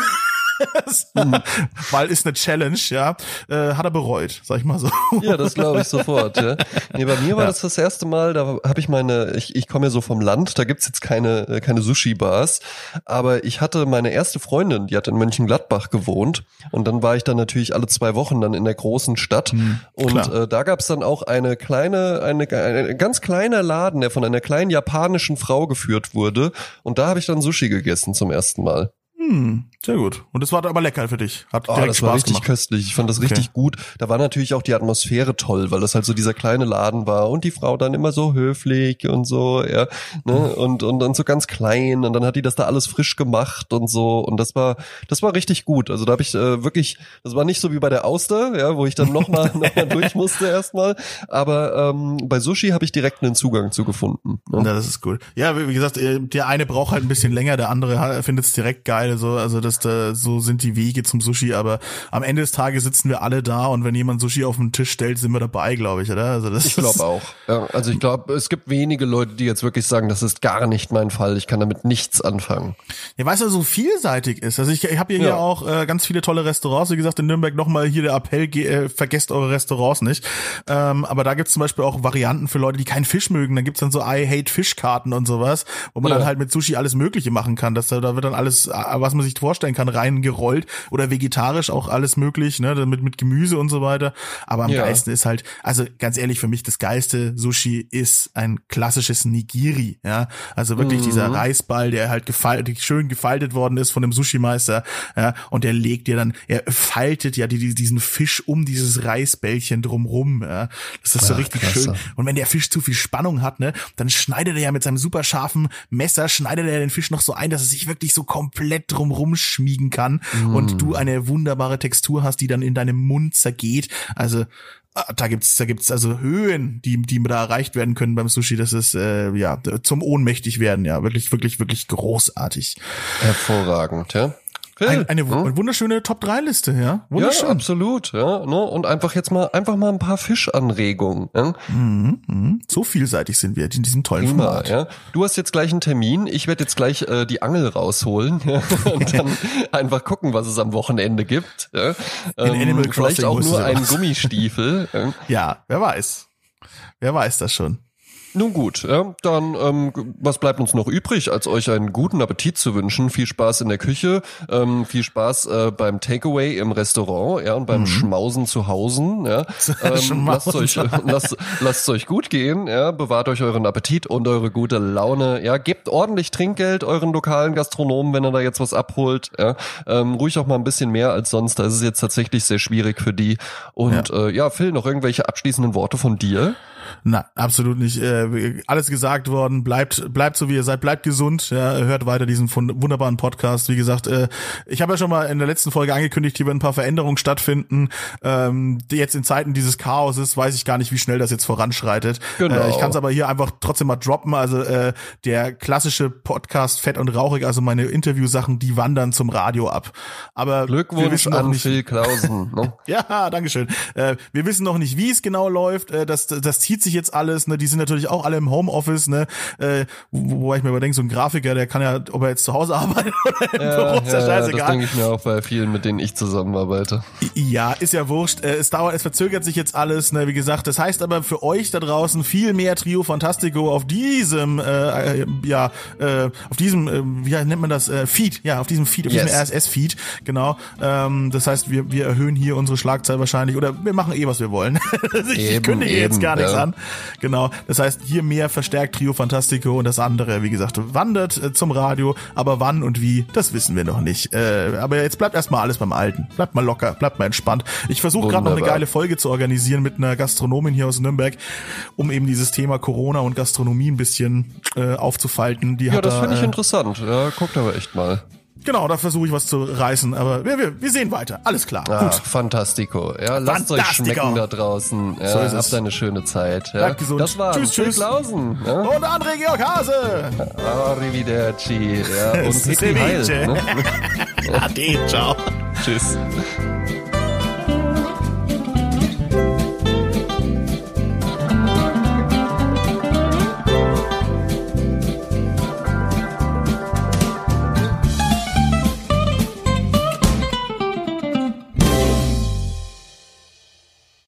Weil ist eine Challenge, ja, äh, hat er bereut, sag ich mal so. Ja, das glaube ich sofort, ja. Nee, bei mir war ja. das das erste Mal, da habe ich meine, ich, ich komme ja so vom Land, da gibt's jetzt keine keine Sushi-Bars, aber ich hatte meine erste Freundin, die hat in Mönchengladbach gewohnt und dann war ich dann natürlich alle zwei Wochen dann in der großen Stadt hm, und äh, da gab's dann auch eine kleine, eine, ein ganz kleiner Laden, der von einer kleinen japanischen Frau geführt wurde und da habe ich dann Sushi gegessen zum ersten Mal. Hm, sehr gut. Und es war aber lecker für dich. Hat direkt oh, das Spaß war richtig gemacht. Köstlich. Ich fand das richtig okay. gut. Da war natürlich auch die Atmosphäre toll, weil das halt so dieser kleine Laden war und die Frau dann immer so höflich und so, ja, ne, mhm. und, und dann so ganz klein und dann hat die das da alles frisch gemacht und so und das war, das war richtig gut. Also da habe ich äh, wirklich, das war nicht so wie bei der Auster, ja, wo ich dann nochmal noch mal durch musste erstmal, aber ähm, bei Sushi habe ich direkt einen Zugang zu gefunden. Ne? Ja, das ist cool. Ja, wie gesagt, der eine braucht halt ein bisschen länger, der andere findet es direkt geil. So, also das, da, so sind die Wege zum Sushi, aber am Ende des Tages sitzen wir alle da und wenn jemand Sushi auf den Tisch stellt, sind wir dabei, glaube ich, oder? Also das ich glaube auch. Ja, also ich glaube, es gibt wenige Leute, die jetzt wirklich sagen, das ist gar nicht mein Fall, ich kann damit nichts anfangen. Ja, weil es ja so vielseitig ist. Also ich, ich habe hier, ja. hier auch äh, ganz viele tolle Restaurants, wie gesagt, in Nürnberg nochmal hier der Appell, ge- äh, vergesst eure Restaurants nicht. Ähm, aber da gibt's zum Beispiel auch Varianten für Leute, die keinen Fisch mögen. Dann gibt's dann so I-Hate-Fish-Karten und sowas, wo man ja. dann halt mit Sushi alles Mögliche machen kann. Das, da wird dann alles, was man sich vorstellen kann, reingerollt oder vegetarisch auch alles möglich, ne, mit, mit Gemüse und so weiter. Aber am ja. geilsten ist halt, also ganz ehrlich, für mich das geilste Sushi ist ein klassisches Nigiri, ja. Also wirklich mhm. dieser Reisball, der halt gefaltet, schön gefaltet worden ist von dem Sushi-Meister, ja, und der legt dir dann, er faltet ja die, diesen Fisch um dieses Reisbällchen drumrum, ja. Das ist so Ach, richtig klasse. Schön. Und wenn der Fisch zu viel Spannung hat, ne, dann schneidet er ja mit seinem super scharfen Messer, schneidet er den Fisch noch so ein, dass er sich wirklich so komplett drumrum schmiegen kann mm. und du eine wunderbare Textur hast, die dann in deinem Mund zergeht. Also da gibt's da gibt's also Höhen, die die da erreicht werden können beim Sushi. Das ist äh, ja zum ohnmächtig werden, ja, wirklich wirklich wirklich großartig. Hervorragend, ja. Phil, Ein, eine hm? wunderschöne Top drei Liste, ja? Wunderschön. Ja, absolut, ja, ne? Und einfach jetzt mal, einfach mal ein paar Fischanregungen, ja? Mhm, mhm. So vielseitig sind wir in diesem tollen Prima, Format. ja. Du hast jetzt gleich einen Termin, ich werde jetzt gleich äh, die Angel rausholen ja? Und dann einfach gucken, was es am Wochenende gibt. Ja? In Ähm, Animal Crossing vielleicht auch musst nur du einen raus. Gummistiefel. Ja? Ja, wer weiß. Wer weiß das schon. Nun gut, ja, dann ähm, was bleibt uns noch übrig, als euch einen guten Appetit zu wünschen. Viel Spaß in der Küche, ähm, viel Spaß äh, beim Takeaway im Restaurant, ja, und beim mhm. Schmausen zu Hause. Ja. Ähm, lasst euch lasst, lasst euch gut gehen, ja, bewahrt euch euren Appetit und eure gute Laune. Ja, gebt ordentlich Trinkgeld euren lokalen Gastronomen, wenn ihr da jetzt was abholt. Ja. Ähm, ruhig auch mal ein bisschen mehr als sonst. Da ist es jetzt tatsächlich sehr schwierig für die. Und ja, äh, ja Phil, noch irgendwelche abschließenden Worte von dir? Na, absolut nicht. Äh, alles gesagt worden. Bleibt, bleibt so wie ihr seid. Bleibt gesund. Ja, hört weiter diesen wunderbaren Podcast. Wie gesagt, äh, ich habe ja schon mal in der letzten Folge angekündigt, hier werden ein paar Veränderungen stattfinden. Ähm, die jetzt in Zeiten dieses Chaoses weiß ich gar nicht, wie schnell das jetzt voranschreitet. Genau. Äh, ich kann es aber hier einfach trotzdem mal droppen. Also äh, der klassische Podcast Fett und Rauchig, also meine Interviewsachen, die wandern zum Radio ab. Aber Glückwunsch wir wissen noch an nicht, Phil Clausen. Ne? Ja, dankeschön. Äh, wir wissen noch nicht, wie es genau läuft. Äh, das, das zieht sich jetzt alles. Ne? Die sind natürlich auch alle im Homeoffice. Ne? Äh, wo, wobei ich mir überdenke, so ein Grafiker, der kann ja, ob er jetzt zu Hause arbeitet oder im Ja, Büro, ist ja, ja, scheißegal. das denke ich mir auch bei vielen, mit denen ich zusammenarbeite. Ja, ist ja wurscht. Äh, es dauert, es verzögert sich jetzt alles. Ne? Wie gesagt, das heißt aber für euch da draußen viel mehr Trio Fantastico auf diesem, äh, ja, äh, auf diesem, äh, wie nennt man das, äh, Feed. Ja, auf diesem Feed, auf Yes. diesem R S S-Feed. Genau. Ähm, das heißt, wir, wir erhöhen hier unsere Schlagzahl wahrscheinlich oder wir machen eh, was wir wollen. ich Eben, kündige eben, jetzt gar nichts ja. an. Genau. Das heißt, hier mehr verstärkt Trio Fantastico und das andere, wie gesagt, wandert äh, zum Radio. Aber wann und wie, das wissen wir noch nicht. Äh, aber jetzt bleibt erstmal alles beim Alten. Bleibt mal locker, bleibt mal entspannt. Ich versuche gerade noch eine geile Folge zu organisieren mit einer Gastronomin hier aus Nürnberg, um eben dieses Thema Corona und Gastronomie ein bisschen äh, aufzufalten. Die Ja, hat das da, finde ich äh, interessant. Ja, guckt aber echt mal. Genau, da versuche ich was zu reißen, aber wir, wir, wir sehen weiter. Alles klar. Ah, Gut. Fantastico. Ja, lasst euch Fantastico. schmecken da draußen. Ja, So ist es. habt eine schöne Zeit. Ja. Bleibt gesund. Das war Tschüss, Phil tschüss. Clausen. Ja. Und André Georg Hase. Arrivederci. Ja, und Pipi Heil. Ceviche. Ne? Ade, ciao. Tschüss.